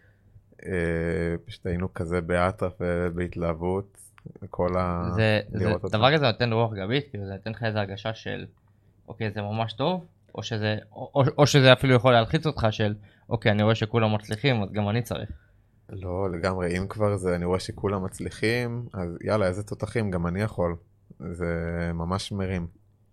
פשוט היינו כזה באטרף ובהתלהבות, דבר כזה נותן רוח גבית, כאילו זה נותן לך איזו הרגשה של, אוקיי, זה ממש טוב, או שזה אפילו יכול להלחיץ אותך של, אוקיי, אני רואה שכולם מצליחים, אז גם אני צריך. לא, לגמרי, אם כבר זה, אני רואה שכולם מצליחים, אז יאללה, איזה תותחים, גם אני יכול. זה ממש מרים.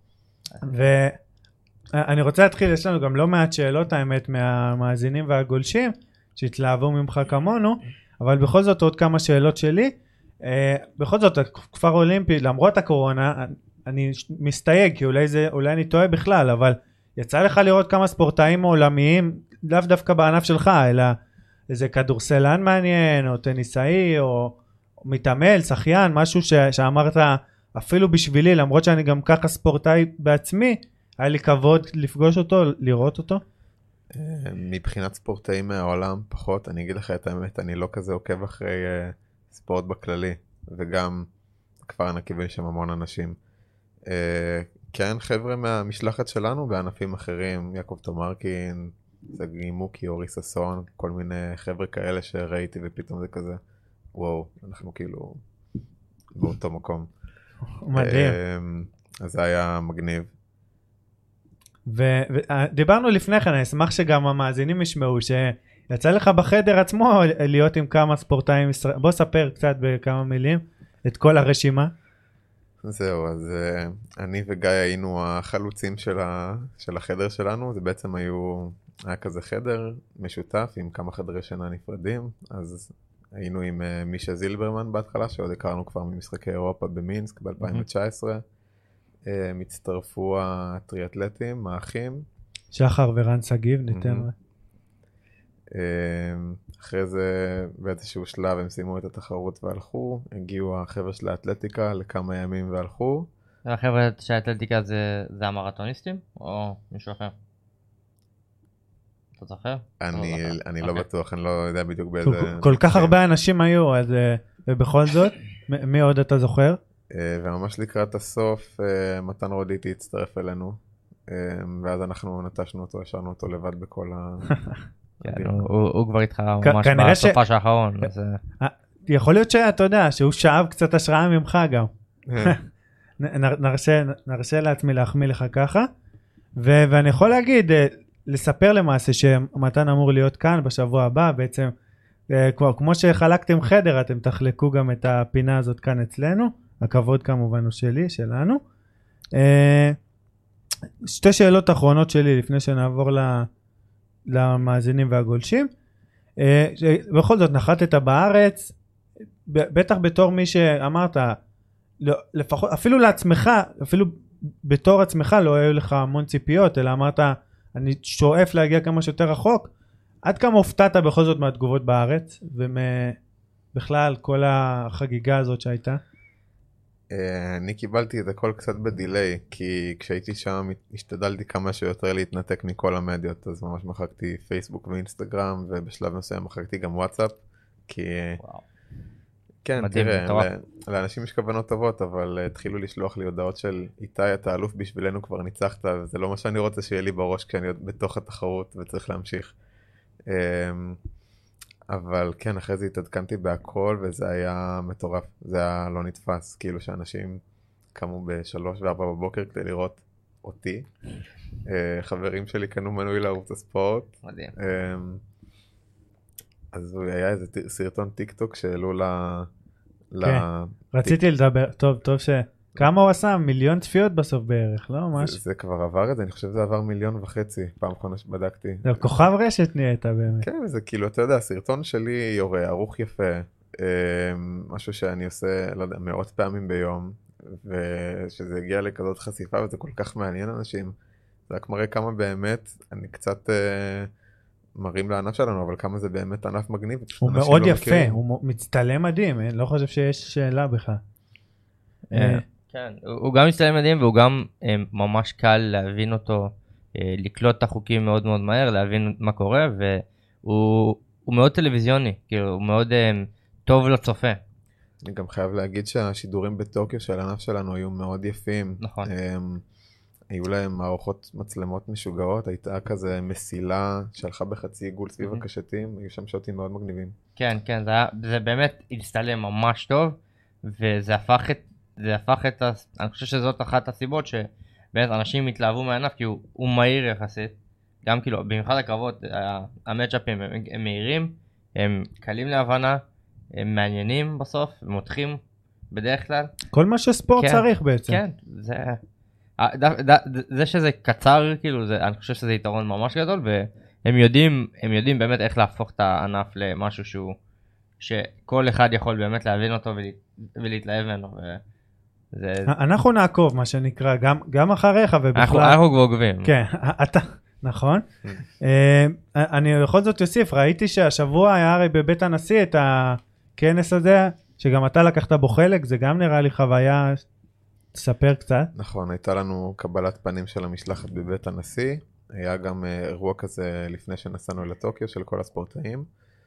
ואני רוצה להתחיל, יש לנו גם לא מעט שאלות, האמת, מהמאזינים והגולשים, שהתלהבו ממך כמונו, אבל בכל זאת עוד כמה שאלות שלי. בכל זאת, כפר אולימפי, למרות הקורונה, אני מסתייג, כי אולי אני טועה בכלל, אבל יצא לך לראות כמה ספורטאים עולמיים, לאו דווקא בענף שלך, אלא איזה כדורסלן מעניין, או טניסאי, או מתעמל, שחיין, משהו שאמרת, אפילו בשבילי, למרות שאני גם ככה ספורטאי בעצמי, היה לי כבוד לפגוש אותו, לראות אותו. מבחינת ספורטאים מהעולם פחות, אני אגיד לך את האמת, אני לא כזה עוקב אחרי ספורט בכללי, וגם כבר ענקי ויש שם המון אנשים. כן, חבר'ה מהמשלחת שלנו בענפים אחרים, יעקב תומרקין, סגי מוקי, אורי ססון, כל מיני חבר'ה כאלה שראיתי ופתאום זה כזה, וואו, אנחנו כאילו באותו מקום. מדהים. אז זה היה מגניב. ודיברנו לפני כן, אני אשמח שגם המאזינים ישמעו שיצא לך בחדר עצמו להיות עם כמה ספורטאים ישראל. בוא ספר קצת בכמה מילים את כל הרשימה. זהו, אז אני וגיא היינו החלוצים של החדר שלנו, זה בעצם היה כזה חדר משותף עם כמה חדרי שינה נפרדים, אז היינו עם מישה זילברמן בהתחלה, שעוד הכרנו כבר ממשחקי אירופה במינסק ב-2019. הצטרפו הטריאטלטים, האחים. שחר ורן סגיב, ניתן. אחרי זה באיזשהו שלב הם סיימו את התחרות והלכו, הגיעו החבר'ה של האתלטיקה לכמה ימים והלכו. החבר'ה של האתלטיקה זה המרתוניסטים או מישהו אחר? אתה זוכר? אני לא בטוח, אני לא יודע בדיוק באיזה... כל כך הרבה אנשים היו, אז ובכל זאת, מי עוד אתה זוכר? וממש לקראת הסוף, מתן רודיטי הצטרף אלינו, ואז אנחנו נטשנו אותו, השארנו אותו לבד בכל ה... הוא כבר איתך ממש בסופה האחרון. יכול להיות שאתה יודע, שהוא שאב קצת השראה ממך גם. נרשה לעצמי להחמיא לך ככה, ואני יכול להגיד, לספר למעשה שמתן אמור להיות כאן בשבוע הבא, בעצם כמו שחלקתם חדר, אתם תחלקו גם את הפינה הזאת כאן אצלנו, הכבוד כמובן הוא שלי, שלנו. שתי שאלות אחרונות שלי לפני שנעבור למאזינים והגולשים. בכל זאת נחתת בארץ, בטח בתור מי שאמרת, לפחות, אפילו לעצמך, אפילו בתור עצמך לא היו לך המון ציפיות, אלא אמרת, אני שואף להגיע כמה שיותר רחוק. עד כמה הופתעת בכל זאת מהתגובות בארץ, ובכלל כל החגיגה הזאת שהייתה? אני קיבלתי את הכל קצת בדיליי, כי כשהייתי שם השתדלתי כמה שיותר להתנתק מכל המדיות, אז ממש מחקתי פייסבוק ואינסטגרם, ובשלב מסוים מחקתי גם וואטסאפ, כי... כן, תראה, לאנשים יש כוונות טובות, אבל התחילו לשלוח לי הודעות של איתי, אתה אלוף בשבילנו, כבר ניצחת, וזה לא מה שאני רוצה שיהיה לי בראש, כי אני עוד בתוך התחרות וצריך להמשיך. אבל כן, אחרי זה התעדכנתי בהכל, וזה היה מטורף, זה היה לא נתפס, כאילו שאנשים קמו ב3 ו4 בבוקר כדי לראות אותי. חברים שלי קנו מנוי לערוץ הספורט. מדהים. אז היה איזה סרטון טיק טוק שהעלו כן, רציתי לדבר, טוב כמה הוא עשה? 1,000,000 צפיות בסוף בערך, לא? זה כבר עבר את זה, אני חושב שזה עבר 1.5 מיליון, פעם אחרונה שבדקתי. זה כוכב רשת נהיית באמת. כן, זה כאילו, אתה יודע, הסרטון שלי יורה, ערוך יפה, משהו שאני עושה, לא יודע, מאות פעמים ביום, ושזה הגיע לכזאת חשיפה, וזה כל כך מעניין אנשים. זה רק מראה כמה באמת, אני קצת... מראים לענף שלנו, אבל כמה זה באמת ענף מגניב. הוא מאוד יפה, הוא מצטלם מדהים, לא חושב שיש שאלה בכלל. כן, הוא גם מצטלם מדהים, והוא גם ממש קל להבין אותו, לקלוט את החוקים מאוד מאוד מהר, להבין מה קורה, והוא מאוד טלוויזיוני, כאילו, הוא מאוד טוב לצופה. אני גם חייב להגיד שהשידורים בטוקיו של הענף שלנו היו מאוד יפים. נכון. היו להם מערכות מצלמות משוגעות, הייתה כזה מסילה שהלכה בחצי עיגול סביב הקשתים, היו שם שוטים מאוד מגניבים. כן, כן, זה באמת הצטלם ממש טוב, וזה הפך את, אני חושב שזאת אחת הסיבות שבאמת אנשים התלהבו מהענף, כי הוא מהיר יחסית, גם כאילו, במיוחד הקרבות, המאצ'אפים הם מהירים, הם קלים להבנה, הם מעניינים בסוף, הם מותחים בדרך כלל. כל מה שספורט צריך בעצם. כן, זה שזה קצר, כאילו, אני חושב שזה יתרון ממש גדול, והם יודעים באמת איך להפוך את הענף למשהו שכל אחד יכול באמת להבין אותו ולהתלהב ממנו. אנחנו נעקוב, מה שנקרא, גם אחריך ובכלל. אנחנו כבר עוקבים. כן, אתה, נכון. אני בכל זאת יוסיף, ראיתי שהשבוע היה הרי בבית הנשיא את הכנס הזה, שגם אתה לקחת בו חלק, זה גם נראה לי חוויה... תספר קצת. נכון, הייתה לנו קבלת פנים של המשלחת בבית הנשיא, היה גם אירוע כזה לפני שנסענו לטוקיו של כל הספורטאים,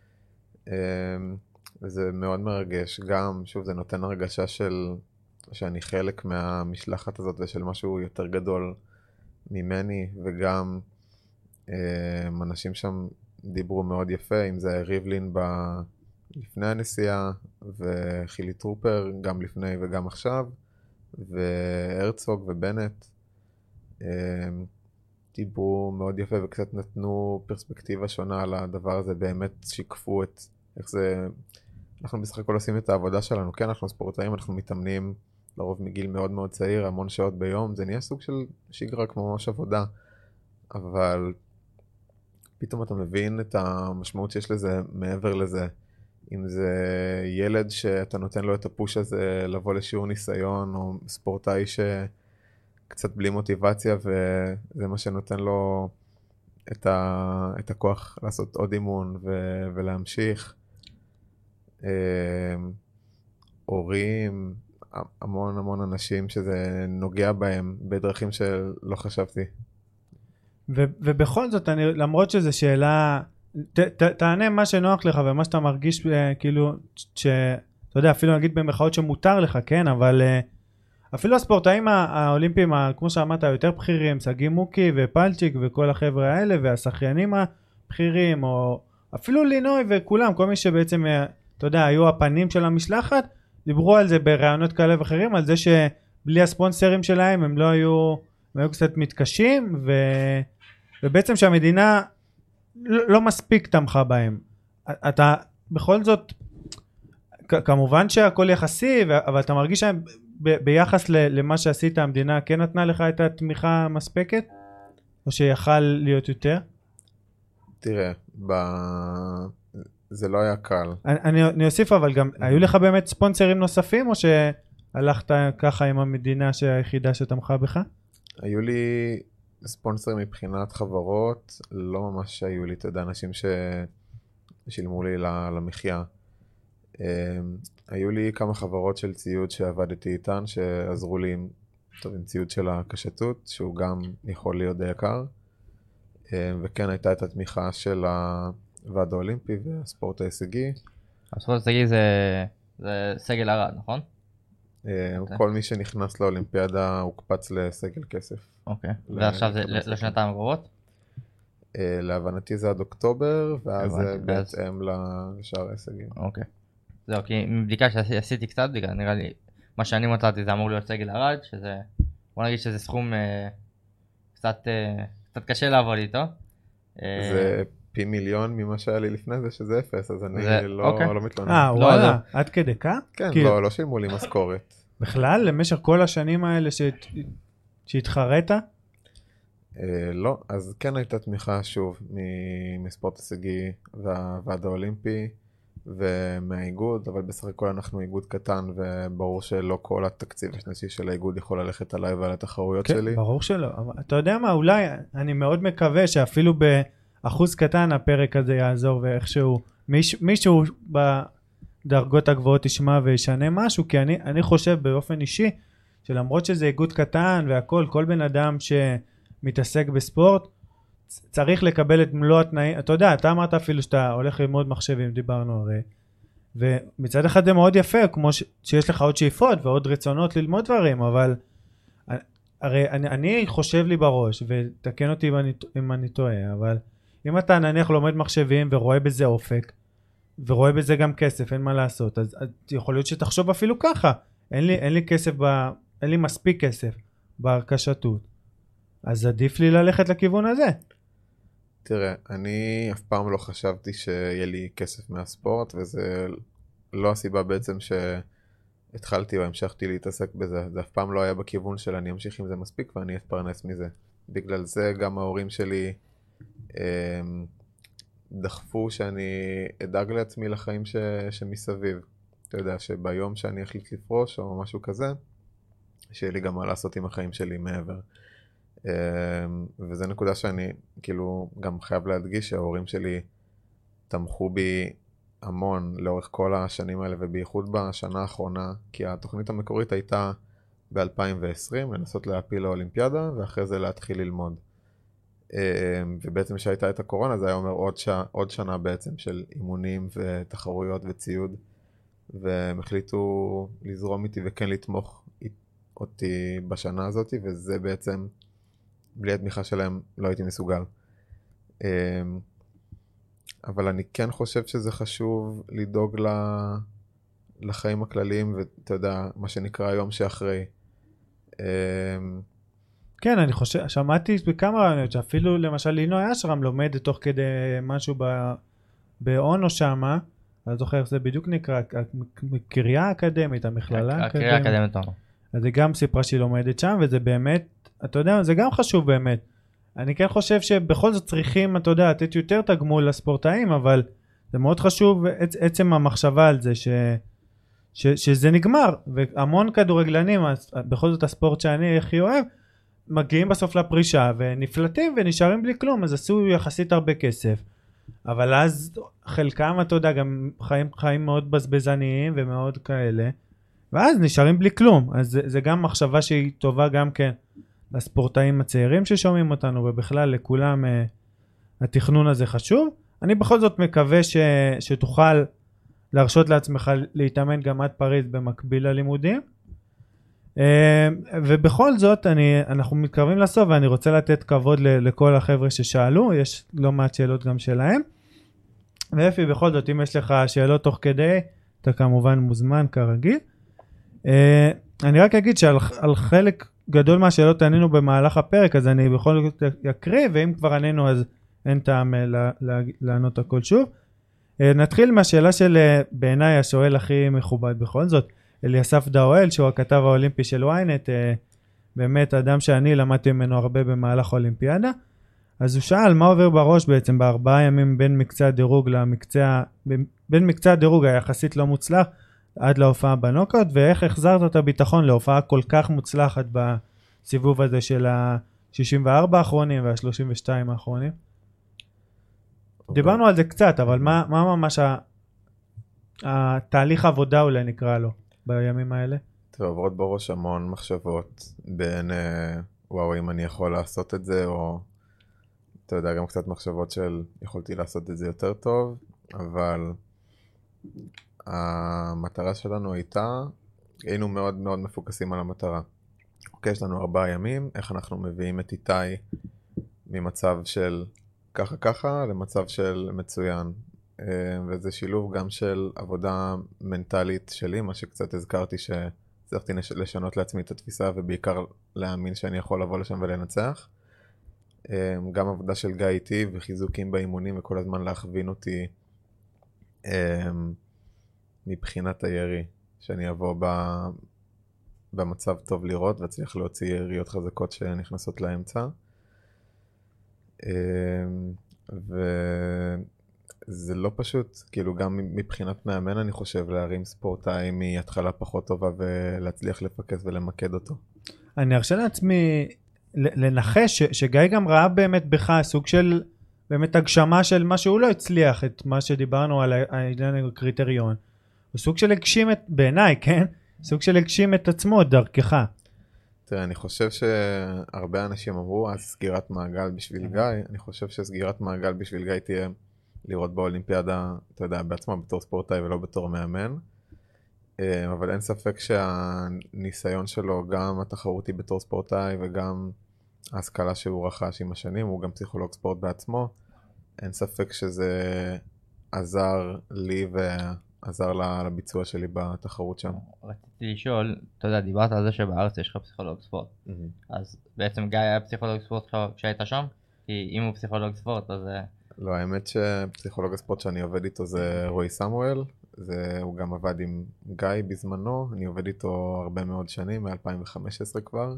וזה מאוד מרגש, גם שוב זה נותן הרגשה שאני חלק מהמשלחת הזאת ושל משהו יותר גדול ממני, וגם אנשים שם דיברו מאוד יפה, אם זה ריבלין לפני הנסיעה, וחילי טרופר גם לפני וגם עכשיו, והרצוג ובנט דיברו מאוד יפה וקצת נתנו פרספקטיבה שונה על הדבר הזה, באמת שיקפו את איך זה, אנחנו בסך הכל עושים את העבודה שלנו, כן אנחנו ספורטאים, אנחנו מתאמנים לרוב מגיל מאוד מאוד צעיר, המון שעות ביום, זה נהיה סוג של שגרה כמו ממש עבודה, אבל פתאום אתה מבין את המשמעות שיש לזה מעבר לזה, אם זה ילד שאתה נותן לו את הפוש הזה לבוא לשיעור ניסיון, או ספורטאי שקצת בלי מוטיבציה, וזה מה שנותן לו את הכוח לעשות עוד אימון ולהמשיך. הורים, המון המון אנשים שזה נוגע בהם בדרכים שלא חשבתי. ובכל זאת, למרות שזו שאלה, תענה מה שנוח לך ומה שאתה מרגיש כאילו, אתה יודע, אפילו נגיד במחאות שמותר לך, כן, אבל אפילו הספורטאים האולימפיים, כמו שאמרת, היותר בכירים, סגי מוקי ופלצ'יק וכל החבר'ה האלה, והשחיינים הבכירים, או אפילו לינוי וכולם, כל מי שבעצם, אתה יודע, היו הפנים של המשלחת, דיברו על זה ברעיונות כאלה ואחרים, על זה שבלי הספונסרים שלהם הם לא היו, הם היו קצת מתקשים, ובעצם שהמדינה לא מספיק תמכה בהם. אתה בכל זאת, כמובן שהכל יחסי, אבל אתה מרגיש ביחס למה שעשית, המדינה כן נתנה לך את התמיכה המספקת? או שיכל להיות יותר? תראה, זה לא היה קל. אני אוסיף, אבל גם היו לך באמת ספונסרים נוספים, או שהלכת ככה עם המדינה היחידה שתמכה בך? היו לי ספונסרים מבחינת חברות, לא ממש היו לי, אתה יודע, אנשים ששילמו לי למחיה. היו לי כמה חברות של ציוד שעבדתי איתן, שעזרו לי עם ציוד של הקשתות, שהוא גם יכול להיות יקר. וכן הייתה את התמיכה של הוועד האולימפי והספורט ההישגי. הספורט ההישגי זה סגל ערד, נכון? כל מי שנכנס לאולימפיאדה הוקפץ לסגל כסף. אוקיי, ועכשיו זה לשנתיים הקרובות? להבנתי זה עד אוקטובר, ואז זה בהתאם לשאר ההישגים. אוקיי. זהו, כי מבדיקה שעשיתי קצת, נראה לי, מה שאני מצאתי זה אמור להיות סגל ערד, שזה, בוא נגיד שזה סכום קצת קשה לעבוד איתו. זה פי מיליון ממה שהיה לי לפני זה, שזה אפס, אז אני לא מתלונן. וואלה, עד כדי כך? כן, לא שילמו לי משכורת. בכלל, למשך כל השנים האלה שהתחרית? לא, אז כן הייתה תמיכה שוב מספורט הישגי והוועד האולימפי ומהאיגוד, אבל בסך הכל אנחנו איגוד קטן, וברור שלא כל התקציב השנתי של האיגוד יכול ללכת עליי ועל התחרויות שלי. כן, ברור שלא. אתה יודע מה, אולי אני מאוד מקווה שאפילו באחוז קטן הפרק הזה יעזור, ואיכשהו מישהו בדרגות הגבוהות ישמע וישנה משהו, כי אני חושב באופן אישי, שלמרות שזה איגוד קטן והכל, כל בן אדם שמתעסק בספורט, צריך לקבל את מלוא התנאים. אתה יודע, אתה אמרת אפילו שאתה הולך ללמוד מחשבים, דיברנו הרי, ומצד אחד זה מאוד יפה, כמו שיש לך עוד שאיפות ועוד רצונות ללמוד דברים, אבל הרי אני חושב לי בראש, ותקן אותי אם אני טועה, אבל אם אתה נניח לומד מחשבים ורואה בזה אופק, ורואה בזה גם כסף, אין מה לעשות, אז יכול להיות שתחשוב אפילו ככה, אין לי כסף, אין לי מספיק כסף בהרכשתות, אז עדיף לי ללכת לכיוון הזה. תראה, אני אף פעם לא חשבתי שיהיה לי כסף מהספורט, וזה לא הסיבה בעצם שהתחלתי או המשכתי להתעסק בזה. זה אף פעם לא היה בכיוון של אני אמשיך עם זה מספיק ואני אתפרנס מזה. בגלל זה גם ההורים שלי דחפו שאני אדאג לעצמי לחיים שמסביב. אתה יודע, שביום שאני אחליט לפרוש או משהו כזה, שיהיה לי גם מה לעשות עם החיים שלי מעבר. וזו נקודה שאני כאילו גם חייב להדגיש שההורים שלי תמכו בי המון לאורך כל השנים האלה, ובייחוד בשנה האחרונה, כי התוכנית המקורית הייתה ב-2020 לנסות להפיל לאולימפיאדה ואחרי זה להתחיל ללמוד, ובעצם שהייתה את הקורונה זה היה אומר עוד שנה בעצם של אימונים ותחרויות וציוד, והם החליטו לזרום איתי וכן לתמוך אותי בשנה הזאת, וזה בעצם בלי התמיכה שלהם לא הייתי מסוגל. אבל אני כן חושב שזה חשוב לדאוג לחיים הכלליים, ואתה יודע, מה שנקרא היום שאחרי. כן, אני חושב, שמעתי בכמה רעיונות, שאפילו למשל לינוי אשרם לומד תוך כדי משהו באונו שמה, אני זוכר איך זה בדיוק נקרא, קריה אקדמית, המכללה האקדמית. הקריה האקדמית אונו. אז היא גם סיפרה שהיא לומדת שם, וזה באמת, אתה יודע, זה גם חשוב באמת. אני כן חושב שבכל זאת צריכים, אתה יודע, לתת יותר תגמול לספורטאים, אבל זה מאוד חשוב עצם המחשבה על זה שזה נגמר, והמון כדורגלנים, בכל זאת הספורט שאני הכי אוהב, מגיעים בסוף לפרישה ונפלטים ונשארים בלי כלום, אז עשו יחסית הרבה כסף, אבל אז חלקם אתה יודע גם חיים מאוד בזבזניים ומאוד כאלה, ואז נשארים בלי כלום. אז זה גם מחשבה שהיא טובה גם כן לספורטאים הצעירים ששומעים אותנו, ובכלל לכולם התכנון הזה חשוב. אני בכל זאת מקווה שתוכל להרשות לעצמך להתאמן גם עד פריז במקביל ללימודים, ובכל זאת אנחנו מתקרבים לסוף, ואני רוצה לתת כבוד לכל החבר'ה ששאלו, יש לא מעט שאלות גם שלהם. ואפי, בכל זאת, אם יש לך שאלות תוך כדי, אתה כמובן מוזמן כרגיל. אני רק אגיד שעל חלק גדול מהשאלות ענינו במהלך הפרק, אז אני בכל זאת אקריא, ואם כבר ענינו אז אין טעם לענות הכל שוב. נתחיל מהשאלה של בעיניי השואל הכי מכובד בכל זאת, אליסף דאואל, שהוא הכתב האולימפי של וויינט, באמת אדם שאני למדתי ממנו הרבה במהלך האולימפיאדה. אז הוא שאל מה עובר בראש בעצם ב4 ימים בין מקצה הדירוג בין מקצה הדירוג היחסית לא מוצלח עד להופעה בנוקאוט, ואיך החזרת את הביטחון להופעה כל כך מוצלחת בסיבוב הזה של ה-64 האחרונים וה-32 האחרונים. דיברנו על זה קצת, אבל מה ממש התהליך העבודה אולי נקרא לו בימים האלה? עוברות בראש המון מחשבות בין וואו אם אני יכול לעשות את זה, או אתה יודע גם קצת מחשבות של יכולתי לעשות את זה יותר טוב, אבל המטרה שלנו היינו מאוד מאוד מפוקסים על המטרה. אוקיי, יש לנו 4 ימים, איך אנחנו מביאים את איתי ממצב של ככה למצב של מצוין, וזה שילוב גם של עבודה מנטלית שלי, מה שקצת הזכרתי שצריכתי לשנות לעצמי את התפיסה, ובעיקר להאמין שאני יכול לבוא לשם ולנצח. גם עבודה של גיא איתי וחיזוקים באימונים, וכל הזמן להכווין אותי מבחינת הירי, שאני אבוא במצב טוב לראות והצליח להוציא יריות חזקות שנכנסות לאמצע. וזה לא פשוט, כאילו גם מבחינת מאמן אני חושב להרים ספורטאי מהתחלה פחות טובה ולהצליח לפקס ולמקד אותו. אני ארשה לעצמי לנחש שגיא גם ראה באמת בך סוג של באמת הגשמה של מה שהוא לא הצליח, את מה שדיברנו על העניין הקריטריון. הוא סוג של הגשים את, בעיניי, כן? סוג של הגשים את עצמו דרכך. תראה, אני חושב שהרבה אנשים אמרו, אז סגירת מעגל בשביל גיא. אני חושב שסגירת מעגל בשביל גיא תהיה לראות באולימפיאדה, אתה יודע, בעצמה בתור ספורטאי ולא בתור מאמן. אבל אין ספק שהניסיון שלו, גם התחרותי בתור ספורטאי וגם ההשכלה שהוא רכש עם השנים, הוא גם פסיכולוג ספורט בעצמו. אין ספק שזה עזר לי ועזר לביצוע שלי בתחרות שם. רציתי לשאול, אתה יודע, דיברת על זה שבארץ יש לך פסיכולוג ספורט. אז בעצם גיא היה פסיכולוג ספורט כשהיית שם? כי אם הוא פסיכולוג ספורט, אז... לא, האמת שפסיכולוג הספורט שאני עובד איתו זה רועי סמואל. הוא גם עבד עם גיא בזמנו, אני עובד איתו הרבה מאוד שנים, מ-2015 כבר.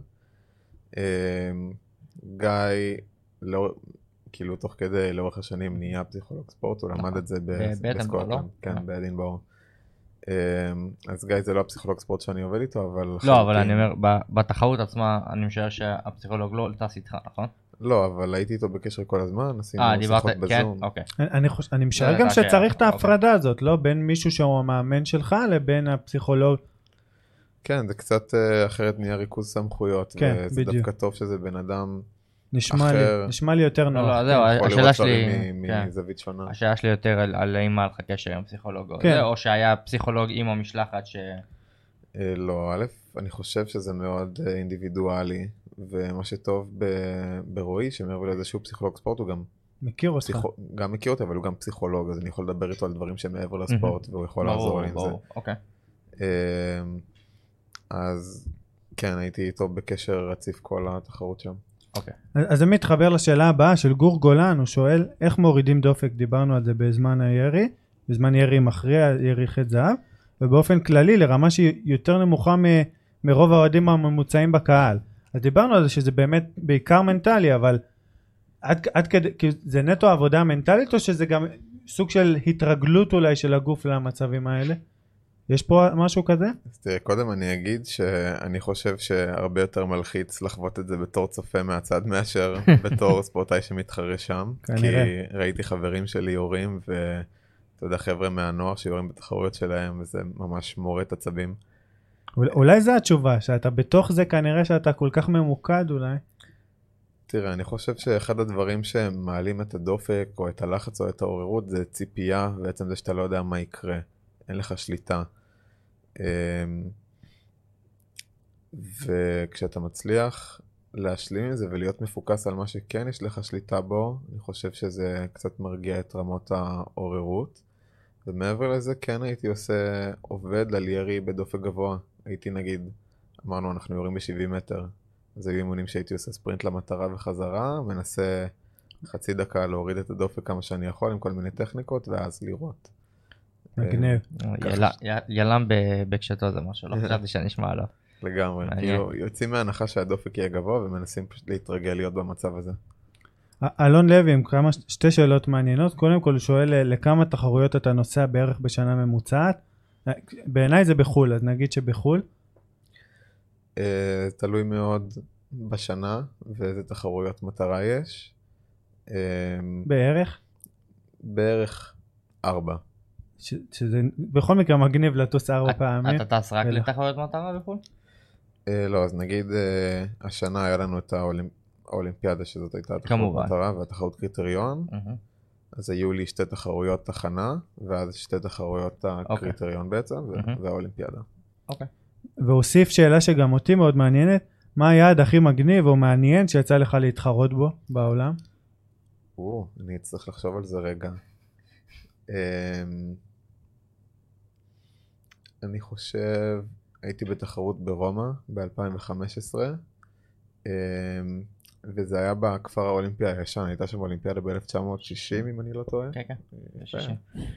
גיא, כאילו תוך כדי לאורך השנים נהיה פסיכולוג ספורט, הוא למד את זה בסקוטלנד, כן, באדינבורו. אז גיא זה לא הפסיכולוג ספורט שאני עובד איתו, אבל... לא, אבל אני אומר, בתחרות עצמה, אני משער שהפסיכולוג לא טס איתך, נכון? לא, אבל הייתי איתו בקשר כל הזמן, עשינו שיחות בזום. אני משער גם שצריך את ההפרדה הזאת, לא בין מישהו שהוא המאמן שלך לבין הפסיכולוג. כן, זה קצת אחרת נהיה ריכוז סמכויות, וזה דווקא טוב שזה בן אדם נשמע לי יותר נוח. לא, זהו, השאלה שלי... מזווית שונה. השאלה שלי יותר על האם היה לך קשר עם פסיכולוג, או שהיה פסיכולוג עם המשלחת ש... לא, א', אני חושב שזה מאוד אינדיבידואלי, ומה שטוב ברועי, שמעבר לזה שהוא פסיכולוג ספורט, הוא גם מכיר אותך. גם מכיר אותי, אבל הוא גם פסיכולוג, אז אני יכול לדבר איתו על דברים שמעבר לספורט, והוא יכול לעזור לי עם זה. אוקיי. אז כן, הייתי איתו בקשר רציף כל התחרות שם. אוקיי. אז זה מתחבר לשאלה הבאה של גור גולן, הוא שואל איך מורידים דופק, דיברנו על זה בזמן הירי, בזמן ירי מכריע, ירי חץ זהב, ובאופן כללי לרמה שהיא יותר נמוכה מרוב האוהדים הממוצעים בקהל. אז דיברנו על זה שזה באמת בעיקר מנטלי, אבל עד כדי, זה נטו עבודה מנטלית או שזה גם סוג של התרגלות אולי של הגוף למצבים האלה. יש פה משהו כזה? אז תראה, קודם אני אגיד שאני חושב שהרבה יותר מלחיץ לחוות את זה בתור צופה מהצד מאשר בתור ספורטאי שמתחרה שם. כנראה. כי ראיתי חברים שלי יורים, ואתה יודע, חבר'ה מהנוער שיורים בתחרויות שלהם, וזה ממש מורט עצבים. אולי זה התשובה, שאתה בתוך זה כנראה שאתה כל כך ממוקד אולי. תראה, אני חושב שאחד הדברים שמעלים את הדופק, או את הלחץ, או את העוררות, זה ציפייה, בעצם זה שאתה לא יודע מה יקרה. אין לך שליטה. וכשאתה מצליח להשלים עם זה ולהיות מפוקס על מה שכן יש לך שליטה בו, אני חושב שזה קצת מרגיע את רמות העוררות. ומעבר לזה כן הייתי עובד על ירי בדופק גבוה. הייתי נגיד, אמרנו אנחנו יורים ב-70 מטר. אז היו אימונים שהייתי עושה ספרינט למטרה וחזרה, מנסה חצי דקה להוריד את הדופק כמה שאני יכול עם כל מיני טכניקות ואז לראות. מגניב. ילם בקשתו זה משהו, לא חשבתי שנשמע עליו. לגמרי, כאילו יוצאים מההנחה שהדופק יהיה גבוה ומנסים פשוט להתרגל להיות במצב הזה. אלון לוי עם שתי שאלות מעניינות. קודם כל הוא שואל לכמה תחרויות אתה נוסע בערך בשנה ממוצעת. בעיניי זה בחול, אז נגיד שבחול. תלוי מאוד בשנה ואיזה תחרויות מטרה יש. בערך? בערך 4. שזה בכל מקרה מגניב לטוס 4 פעמים. אתה טס רק לתחרויות מטרה בחול? לא, אז נגיד השנה היה לנו את האולימפיאדה שזאת הייתה התחרות מטרה והתחרות קריטריון. אז היו לי 2 תחרויות תחנה ואז 2 תחרויות הקריטריון בעצם והאולימפיאדה. אוקיי. והוסיף שאלה שגם אותי מאוד מעניינת, מה היעד הכי מגניב או מעניין שיצא לך להתחרות בו בעולם? אני אצטרך לחשוב על זה רגע. אני חושב, הייתי בתחרות ברומא ב-2015, וזה היה בכפר האולימפי הישן, הייתה שם אולימפיאדה ב-1960 אם אני לא טועה. כן, 60.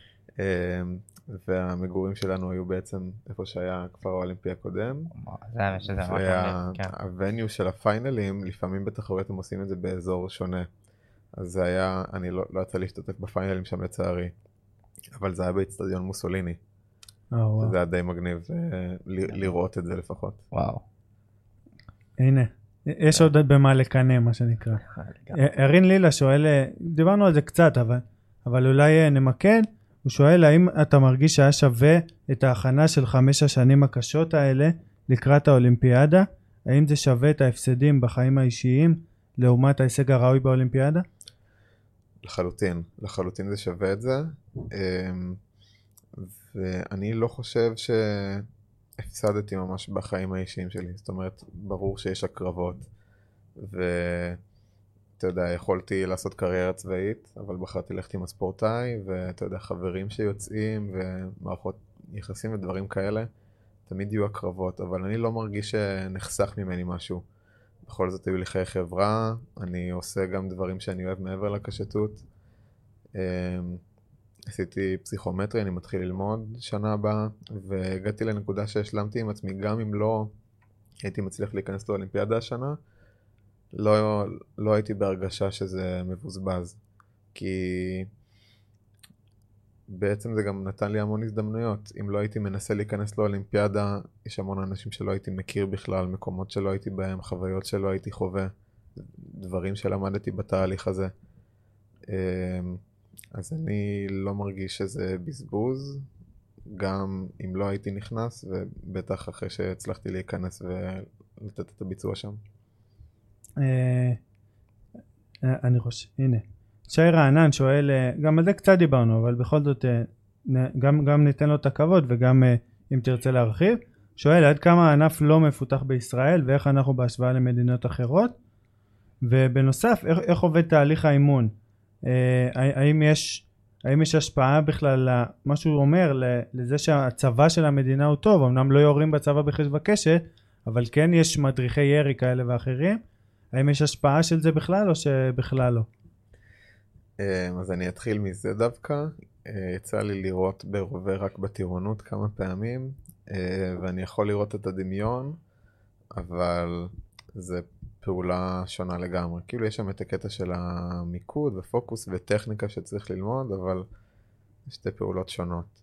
והמגורים שלנו היו בעצם איפה שהיה הכפר האולימפי הקודם. זה ממש והווניו של הפיינלים, לפעמים בתחרויות הם עושים את זה באזור שונה. אז זה היה, אני לא יצא להשתתף בפיינלים שם לצערי, אבל זה היה באצטדיון מוסוליני. זה היה די מגניב לראות את זה לפחות. וואו. הנה, יש עוד במה לקנה מה שנקרא. ארין לילה שואל, דיברנו על זה קצת אבל אולי נמקד. הוא שואל האם אתה מרגיש שהיה שווה את ההכנה של 5 השנים הקשות האלה לקראת האולימפיאדה? האם זה שווה את ההפסדים בחיים האישיים לעומת ההישג הראוי באולימפיאדה? לחלוטין זה שווה את זה. ואני לא חושב שהפסדתי ממש בחיים האישיים שלי. זאת אומרת, ברור שיש הקרבות אתה יודע, יכולתי לעשות קריירה צבאית, אבל בחרתי ללכת עם הספורטאי, ואתה יודע, חברים שיוצאים, ומערכות יחסים ודברים כאלה, תמיד יהיו הקרבות, אבל אני לא מרגיש שנחסך ממני משהו. בכל זאת היו לי חיי חברה, אני עושה גם דברים שאני אוהב מעבר לקשתות. עשיתי פסיכומטרי, אני מתחיל ללמוד שנה הבאה, והגעתי לנקודה שהשלמתי עם עצמי, גם אם לא הייתי מצליח להיכנס לאולימפיאדה השנה, לא הייתי בהרגשה שזה מבוזבז, כי בעצם זה גם נתן לי המון הזדמנויות. אם לא הייתי מנסה להיכנס לאולימפיאדה, יש המון אנשים שלא הייתי מכיר בכלל, מקומות שלא הייתי בהם, חוויות שלא הייתי חווה, דברים שלמדתי בתהליך הזה. אז אני לא מרגיש שזה בזבוז, גם אם לא הייתי נכנס, ובטח אחרי שהצלחתי להיכנס ולתת את הביצוע שם. אני חושב, הנה, שי רענן שואל, גם על זה קצת דיברנו, אבל בכל זאת גם ניתן לו את הכבוד וגם אם תרצה להרחיב, שואל עד כמה הענף לא מפותח בישראל ואיך אנחנו בהשוואה למדינות אחרות, ובנוסף איך עובד תהליך האימון, האם יש השפעה בכלל, מה שהוא אומר לזה שהצבא של המדינה הוא טוב, אמנם לא יורים בצבא בחש וקשת, אבל כן יש מדריכי ירי כאלה ואחרים, האם יש השפעה של זה בכלל או שבכלל לא? אז אני אתחיל מזה דווקא. יצא לי לראות ברובה רק בטירונות כמה פעמים, ואני יכול לראות את הדמיון, אבל זה פעולה שונה לגמרי. כאילו יש שם את הקטע של המיקוד ופוקוס וטכניקה שצריך ללמוד, אבל שתי פעולות שונות.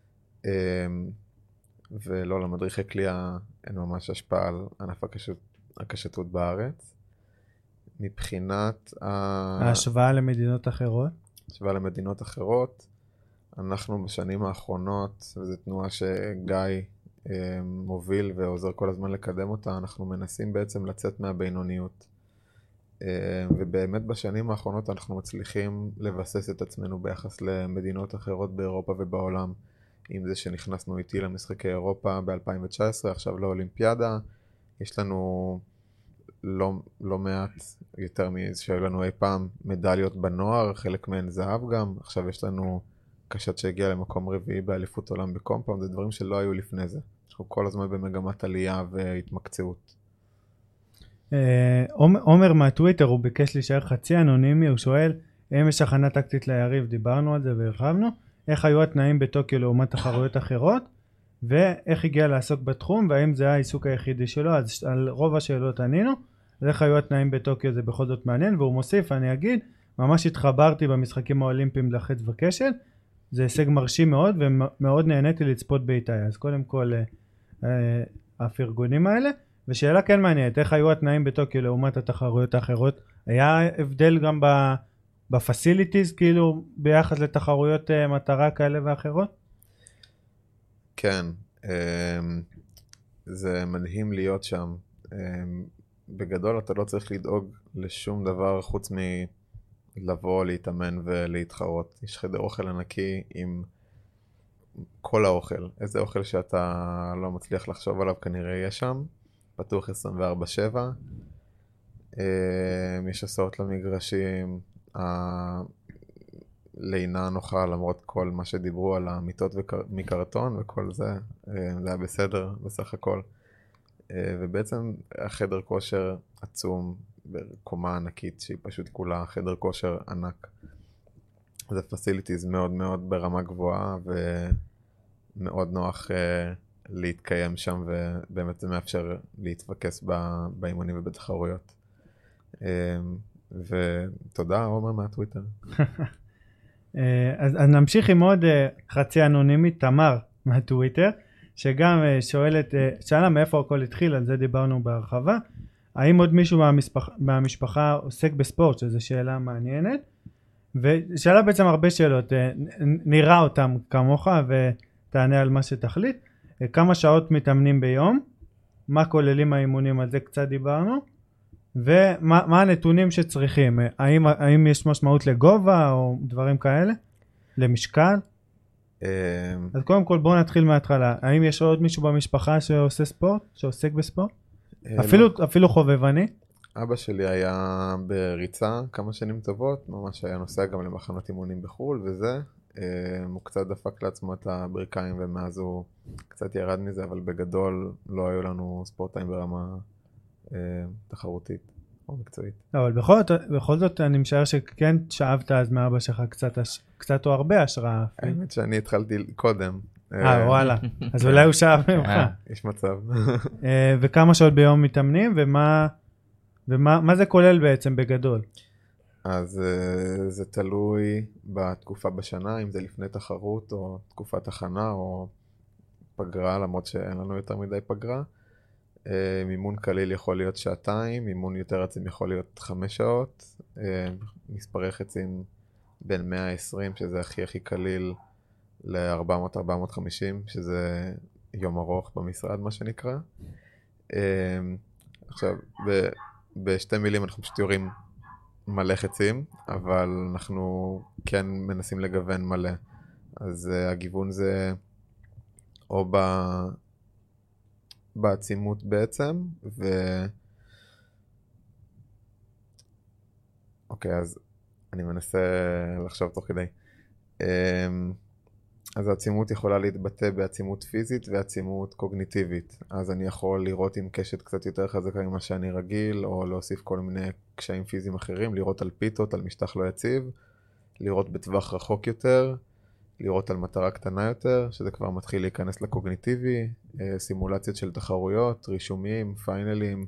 ולא, למדריכי קליעה אין ממש השפעה על ענף הקשתות בארץ. מבחינת ההשוואה למדינות אחרות? השוואה למדינות אחרות, אנחנו בשנים האחרונות, וזו תנועה שגיא מוביל ועוזר כל הזמן לקדם אותה, אנחנו מנסים בעצם לצאת מהבינוניות. ובאמת בשנים האחרונות אנחנו מצליחים לבסס את עצמנו ביחס למדינות אחרות באירופה ובעולם. עם זה שנכנסנו איתי למשחקי אירופה ב-2019, עכשיו לאולימפיאדה, יש לנו לא מעט יותר מזה שהיו לנו אי פעם מדליות בנוער, חלק מהן זהב גם, עכשיו יש לנו קשת שהגיע למקום רביעי באליפות עולם בקומפאונד, זה דברים שלא היו לפני זה. אנחנו כל הזמן במגמת עלייה והתמקצעות. עומר מהטוויטר, הוא ביקש להישאר חצי אנונימי, הוא שואל, אם יש הכנה טקטית ליריב, דיברנו על זה והרחבנו, איך היו התנאים בטוקיו לעומת תחרויות אחרות, ואיך הגיע לעסוק בתחום, והאם זה העיסוק היחידי שלו, אז על רוב השאלות ענינו, אז איך היו התנאים בטוקיו זה בכל זאת מעניין, והוא מוסיף, אני אגיד, ממש התחברתי במשחקים האולימפיים לחץ וקשת, זה הישג מרשים מאוד, ומאוד נהניתי לצפות באיתי, אז קודם כל הפרגונים האלה, ושאלה כן מעניינת, איך היו התנאים בטוקיו לעומת התחרויות האחרות, היה הבדל גם בפסיליטיז, כאילו ביחס לתחרויות מטרה כאלה ואחרות? כן, זה מדהים להיות שם. בגדול אתה לא צריך לדאוג לשום דבר חוץ מלבוא, להתאמן ולהתחרות. יש חדר אוכל ענקי עם כל האוכל. איזה אוכל שאתה לא מצליח לחשוב עליו כנראה יהיה שם. פתוח 24/7. יש הסעות למגרשים. לינה נוחה למרות כל מה שדיברו על המיטות מקרטון וכל זה. זה היה בסדר בסך הכל. ובעצם החדר כושר עצום בקומה ענקית שהיא פשוט כולה חדר כושר ענק. זה פסיליטיז מאוד מאוד ברמה גבוהה ומאוד נוח להתקיים שם, ובאמת זה מאפשר להתפקס באימונים ובתחרויות. ותודה עומר מהטוויטר. אז נמשיך עם עוד חצי אנונימית, תמר מהטוויטר, שגם שאלה מאיפה הכל התחיל, על זה דיברנו בהרחבה. האם עוד מישהו מהמשפחה עוסק בספורט, שזו שאלה מעניינת, ושאלה בעצם הרבה שאלות, נראה אותם כמוך ותענה על מה שתחליט. כמה שעות מתאמנים ביום, מה כוללים האימונים, על זה קצת דיברנו, ומה הנתונים שצריכים, האם יש משמעות לגובה או דברים כאלה, למשקל? אז קודם כל בואו נתחיל מההתחלה, האם יש עוד מישהו במשפחה שעושה ספורט, שעוסק בספורט? אפילו חובבני? אבא שלי היה בריצה כמה שנים טובות, ממש היה נוסע גם למחנות אימונים בחול וזה, הוא קצת דפק לעצמו את הברכיים ומאז הוא קצת ירד מזה, אבל בגדול לא היו לנו ספורטאים ברמה תחרותית או מקצועית. אבל בכל זאת אני משער שכן שאבת אז מאבא שלך קצת או הרבה השראה. האמת שאני התחלתי קודם. וואלה, אז אולי הוא שאב ממך. יש מצב. וכמה שעות ביום מתאמנים ומה זה כולל בעצם בגדול? אז זה תלוי בתקופה בשנה, אם זה לפני תחרות או תקופת הכנה או פגרה, למרות שאין לנו יותר מדי פגרה. מימון קליל יכול להיות 2 מימון יותר רצים יכול להיות 5 שעות. מספרי חצים בין 120, שזה הכי קליל, ל-400-450, שזה יום ארוך במשרד, מה שנקרא. עכשיו, בשתי מילים אנחנו פשוט יורים מלא חצים, אבל אנחנו כן מנסים לגוון מלא. אז הגיוון זה או בעצימות בעצם, אוקיי, אז אני מנסה לחשוב תוך כדי. אז העצימות יכולה להתבטא בעצימות פיזית ועצימות קוגניטיבית. אז אני יכול לראות עם קשת קצת יותר חזקה ממה שאני רגיל, או להוסיף כל מיני קשיים פיזיים אחרים, לראות על פיתות, על משטח לא יציב, לראות בטווח רחוק יותר, לראות על מטרה קטנה יותר, שזה כבר מתחיל להיכנס לקוגניטיבי, סימולציות של תחרויות, רישומים, פיינלים,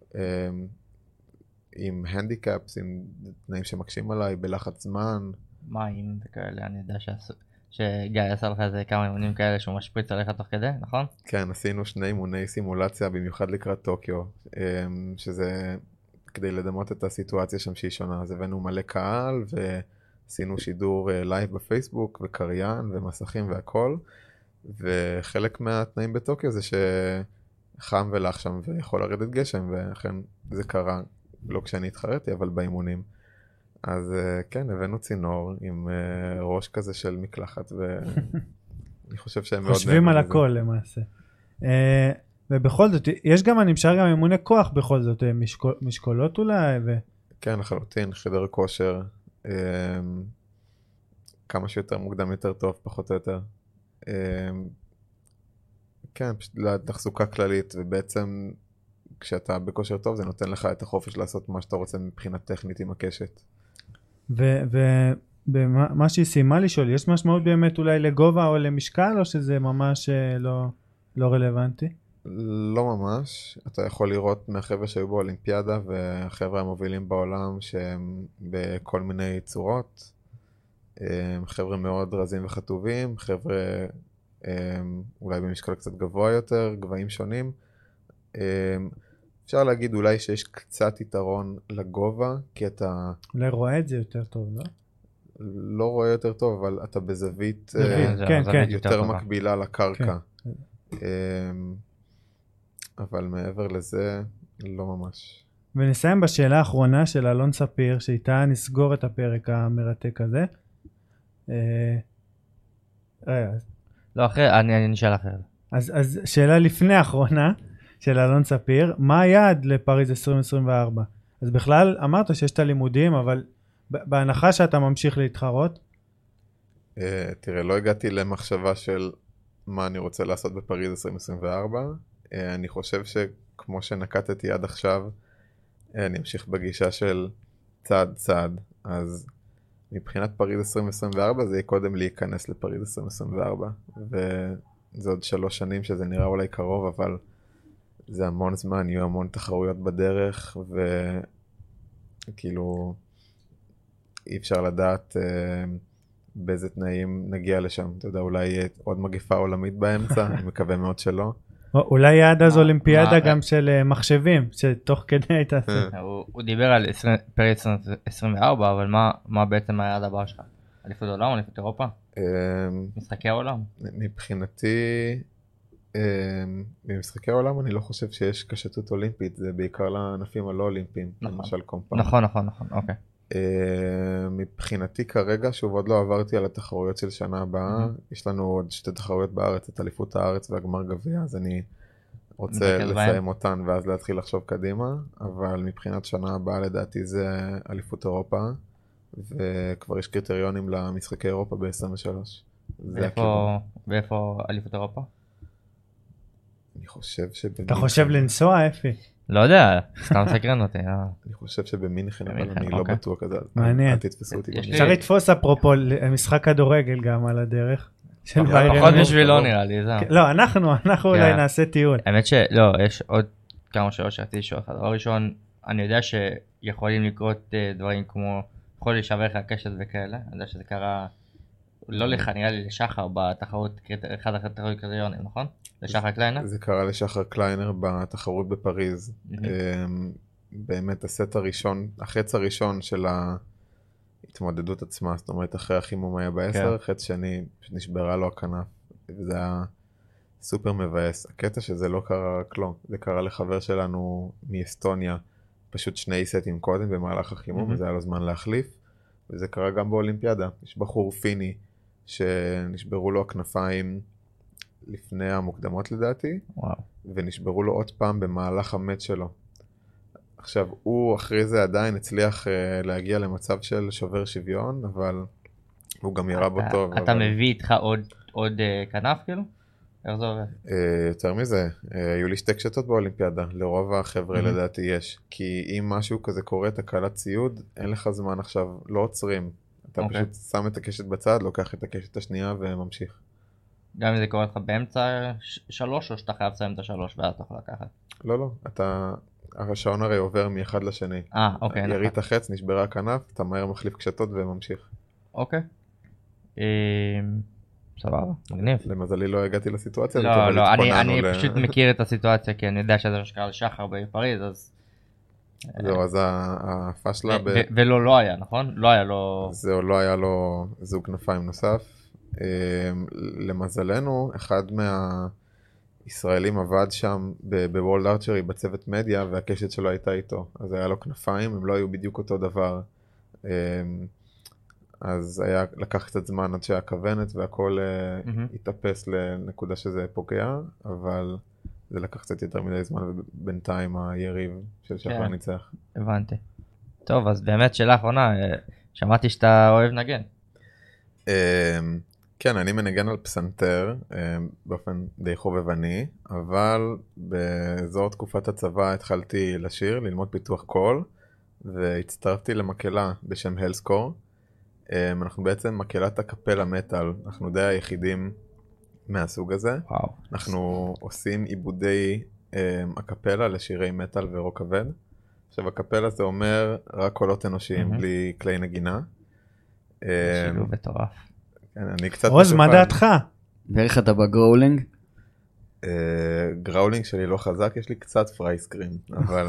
עם הנדיקאפס, עם תנאים שמקשים עליי, בלחץ זמן. מים וכאלה, אני יודע שגיא עשה לך איזה כמה אימונים כאלה שהוא משפריץ עליך תוך כדי, נכון? כן, עשינו 2 אימוני סימולציה במיוחד לקראת טוקיו, שזה כדי לדמות את הסיטואציה שם שהיא שונה. אז הבאנו מלא קהל ועשינו שידור לייב בפייסבוק וקריין ומסכים והכל, וחלק מהתנאים בטוקיו זה שחם ולח שם ויכול לרדת גשם, ואכן זה קרה לא כשאני התחרתי אבל באימונים. אז כן, הבאנו צינור עם ראש כזה של מקלחת, ואני חושב שהם מאוד חושבים על הכל למעשה. ובכל זאת, יש גם, אני משאר גם אימוני כוח בכל זאת, משקולות אולי, כן, לחלוטין, חדר כושר, כמה שיותר מוקדם יותר טוב, פחות או יותר. כן, פשוט לתחזוקה כללית, ובעצם כשאתה בכושר טוב זה נותן לך את החופש לעשות מה שאתה רוצה מבחינה טכנית עם הקשת. ומה שהיא סיימה לשאול, יש משמעות באמת אולי לגובה או למשקל, או שזה ממש לא רלוונטי? לא ממש. אתה יכול לראות מהחבר'ה שהיו באולימפיאדה והחבר'ה המובילים בעולם שהם בכל מיני צורות. חבר'ה מאוד רזים וחטובים, חבר'ה אולי במשקל קצת גבוה יותר, גבהים שונים. אפשר להגיד אולי שיש קצת יתרון לגובה, כי אתה אולי רואה את זה יותר טוב, לא? לא רואה יותר טוב, אבל אתה בזווית כן, כן. יותר מקבילה לקרקע. אבל מעבר לזה, לא ממש. ונסיים בשאלה האחרונה של אלון ספיר, שאיתה נסגור את הפרק המרתק הזה. לא, אחרי, אני נשאל אחרת. אז שאלה לפני האחרונה של אלון ספיר, מה היעד לפריז 2024? אז בכלל אמרת שיש את הלימודים, אבל בהנחה שאתה ממשיך להתחרות? תראה, לא הגעתי למחשבה של מה אני רוצה לעשות בפריז 2024. אני חושב שכמו שנקטתי עד עכשיו, אני אמשיך בגישה של צעד צעד. אז מבחינת פריז 2024 זה יהיה קודם להיכנס לפריז 2024. וזה עוד 3 שנים שזה נראה אולי קרוב, אבל זה המון זמן, יהיו המון תחרויות בדרך, וכאילו אי אפשר לדעת באיזה תנאים נגיע לשם. אתה יודע, אולי יהיה עוד מגפה עולמית באמצע, אני מקווה מאוד שלא. אולי יעד אז אולימפיאדה גם של מחשבים, שתוך כדי הייתה... הוא דיבר על פריז 2024, אבל מה בעצם היעד הבא שלך? אליפות העולם, אליפות אירופה? משחקי העולם? מבחינתי, במשחקי העולם אני לא חושב שיש קשתות אולימפית, זה בעיקר לענפים הלא אולימפיים, למשל קומפאונד. נכון, אוקיי. מבחינתי כרגע, שוב עוד לא עברתי על התחרויות של שנה הבאה, יש לנו עוד 2 תחרויות בארץ, את אליפות הארץ והגמר גביע, אז אני רוצה לסיים אותן ואז להתחיל לחשוב קדימה, אבל מבחינת שנה הבאה לדעתי זה אליפות אירופה, וכבר יש קריטריונים למשחקי אירופה ב-23. ואיפה אליפות אירופה? אני חושב אתה חושב לנסוע, אפי? לא יודע, סתם סקרן אותי. אני חושב שבמינכן, אבל אני לא בטוח כזה. מעניין. אל תתפסו אותי. אפשר לתפוס אפרופו משחק כדורגל גם על הדרך. פחות בשבילו נראה לי, זהו. לא, אנחנו אולי נעשה טיול. האמת שלא, יש עוד כמה שאלות שרציתי לשאול לך. דבר ראשון, אני יודע שיכולים לקרות דברים כמו, יכול להישבר לך הקשת וכאלה. אני יודע שזה קרה, לא לך, נראה לי לשחר בתחרות, אחד התחרות קריטריונים, נכון? לשחר קליינר? זה קרה לשחר קליינר בתחרות בפריז. באמת החץ הראשון של ההתמודדות עצמה, זאת אומרת אחרי החימום היה ב10, חץ שני נשברה לו הכנף, וזה היה סופר מבאס. הקטע שזה לא קרה רק לו, זה קרה לחבר שלנו מאסטוניה, פשוט 2 סטים קודם במהלך החימום, וזה היה לו זמן להחליף, וזה קרה גם באולימפיאדה. יש בחור פיני שנשברו לו הכנפיים לפני המוקדמות לדעתי, ונשברו לו עוד פעם במהלך המת שלו. עכשיו, הוא אחרי זה עדיין הצליח להגיע למצב של שובר שוויון, אבל הוא גם ירה בו טוב. אתה מביא איתך עוד כנף כאילו? איך זה עובד? יותר מזה, היו לי 2 קשתות באולימפיאדה, לרוב החבר'ה לדעתי יש, כי אם משהו כזה קורה, תקלת ציוד, אין לך זמן עכשיו, לא עוצרים. אתה פשוט שם את הקשת בצד, לוקח את הקשת השנייה וממשיך. גם אם זה קורה לך באמצע 3, או שאתה חייב לסיים את 3 ואז אתה יכול לקחת? לא, השעון הרי עובר מאחד לשני. אוקיי. ירית החץ, נשברה הכנף, אתה מהר מחליף קשתות וממשיך. אוקיי. סבבה, מגניב. למזלי לא הגעתי לסיטואציה. לא, אני פשוט מכיר את הסיטואציה, כי אני יודע שזה מה שקרה לשחר בפריז, אז... זהו, אז הפשלה... ולא, לא היה, נכון? לא היה לו... זהו, לא היה לו זוג כנפיים נוסף. למזלנו, אחד מהישראלים עבד שם בוולד ארצ'רי בצוות מדיה, והקשת שלו הייתה איתו. אז היה לו כנפיים, הם לא היו בדיוק אותו דבר. אז לקח קצת זמן עד שהיה כוונת, והכל התאפס לנקודה שזה פוגע, אבל זה לקח קצת יותר מדי זמן, ובינתיים היריב של שחר ניצח. הבנתי. טוב, אז באמת שאלה אחרונה, שמעתי שאתה אוהב נגן. כן, אני מנגן על פסנתר באופן די חובבני, אבל באזור תקופת הצבא התחלתי לשיר, ללמוד פיתוח קול, והצטרפתי למקהלה בשם הלסקור. אנחנו בעצם מקהלת הקפלה מטל, אנחנו די היחידים מהסוג הזה. וואו. אנחנו עושים עיבודי הקפלה לשירי מטל ורוק כבד. עכשיו הקפלה זה אומר רק קולות אנושיים, בלי כלי נגינה. שילוב מטורף. כן, אני קצת עוז, מה דעתך? ואיך אתה בגראולינג? גראולינג שלי לא חזק, יש לי קצת פרייסקרים, אבל...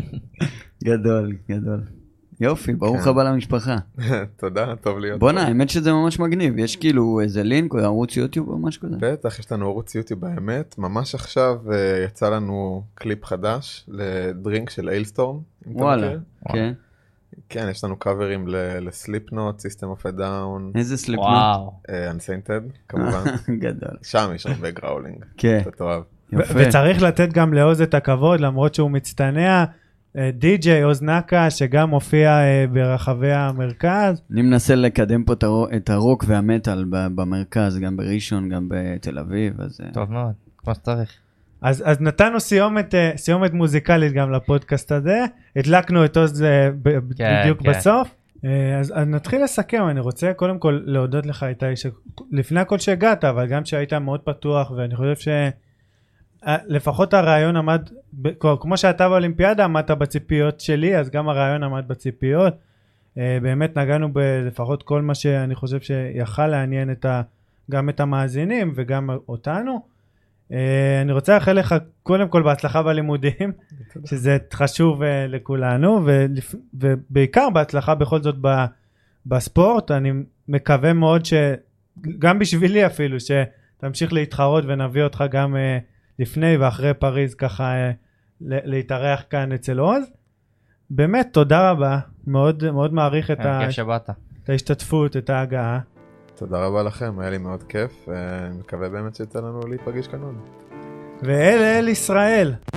גדול, גדול. יופי, ברוך הבא למשפחה. תודה, טוב להיות. בוא'נה, האמת שזה ממש מגניב. יש כאילו איזה לינק או ערוץ יוטיוב או משהו כזה? בטח, יש לנו ערוץ יוטיוב באמת. ממש עכשיו יצא לנו קליפ חדש לדרינק של איילסטורם. וואלה, כן. כן, יש לנו קאברים לסליפנוט, System of a Down. איזה סליפנוט? וואו. Unsainted, כמובן. גדול. שם יש הרבה גראולינג. כן. אתה תאהב. וצריך לתת גם לעוז את הכבוד, למרות שהוא מצטנע. די.ג'יי עוז נקה, שגם מופיע ברחבי המרכז. אני מנסה לקדם פה את הרוק והמטל במרכז, גם בראשון, גם בתל אביב. טוב מאוד, כמו שצריך. אז נתנו סיומת מוזיקלית גם לפודקאסט הזה, הדלקנו את עוז בדיוק בסוף, אז נתחיל לסכם. אני רוצה קודם כל להודות לך איתי, לפני הכל שהגעת, אבל גם שהיית מאוד פתוח, ואני חושב שלפחות הרעיון עמד, כמו שאתה באולימפיאדה עמדת בציפיות שלי, אז גם הרעיון עמד בציפיות, באמת נגענו לפחות כל מה שאני חושב שיכל לעניין גם את המאזינים וגם אותנו. אני רוצה לאחל לך קודם כל בהצלחה בלימודים, שזה חשוב לכולנו, ובעיקר בהצלחה בכל זאת בספורט. אני מקווה מאוד שגם בשבילי אפילו, שתמשיך להתחרות ונביא אותך גם לפני ואחרי פריז ככה להתארח כאן אצל עוז. באמת תודה רבה, מאוד מאוד מעריך את ההשתתפות, את ההגעה. תודה רבה לכם, היה לי מאוד כיף, אני מקווה באמת שיצא לנו להיפגש כאן עוד. ואל ישראל.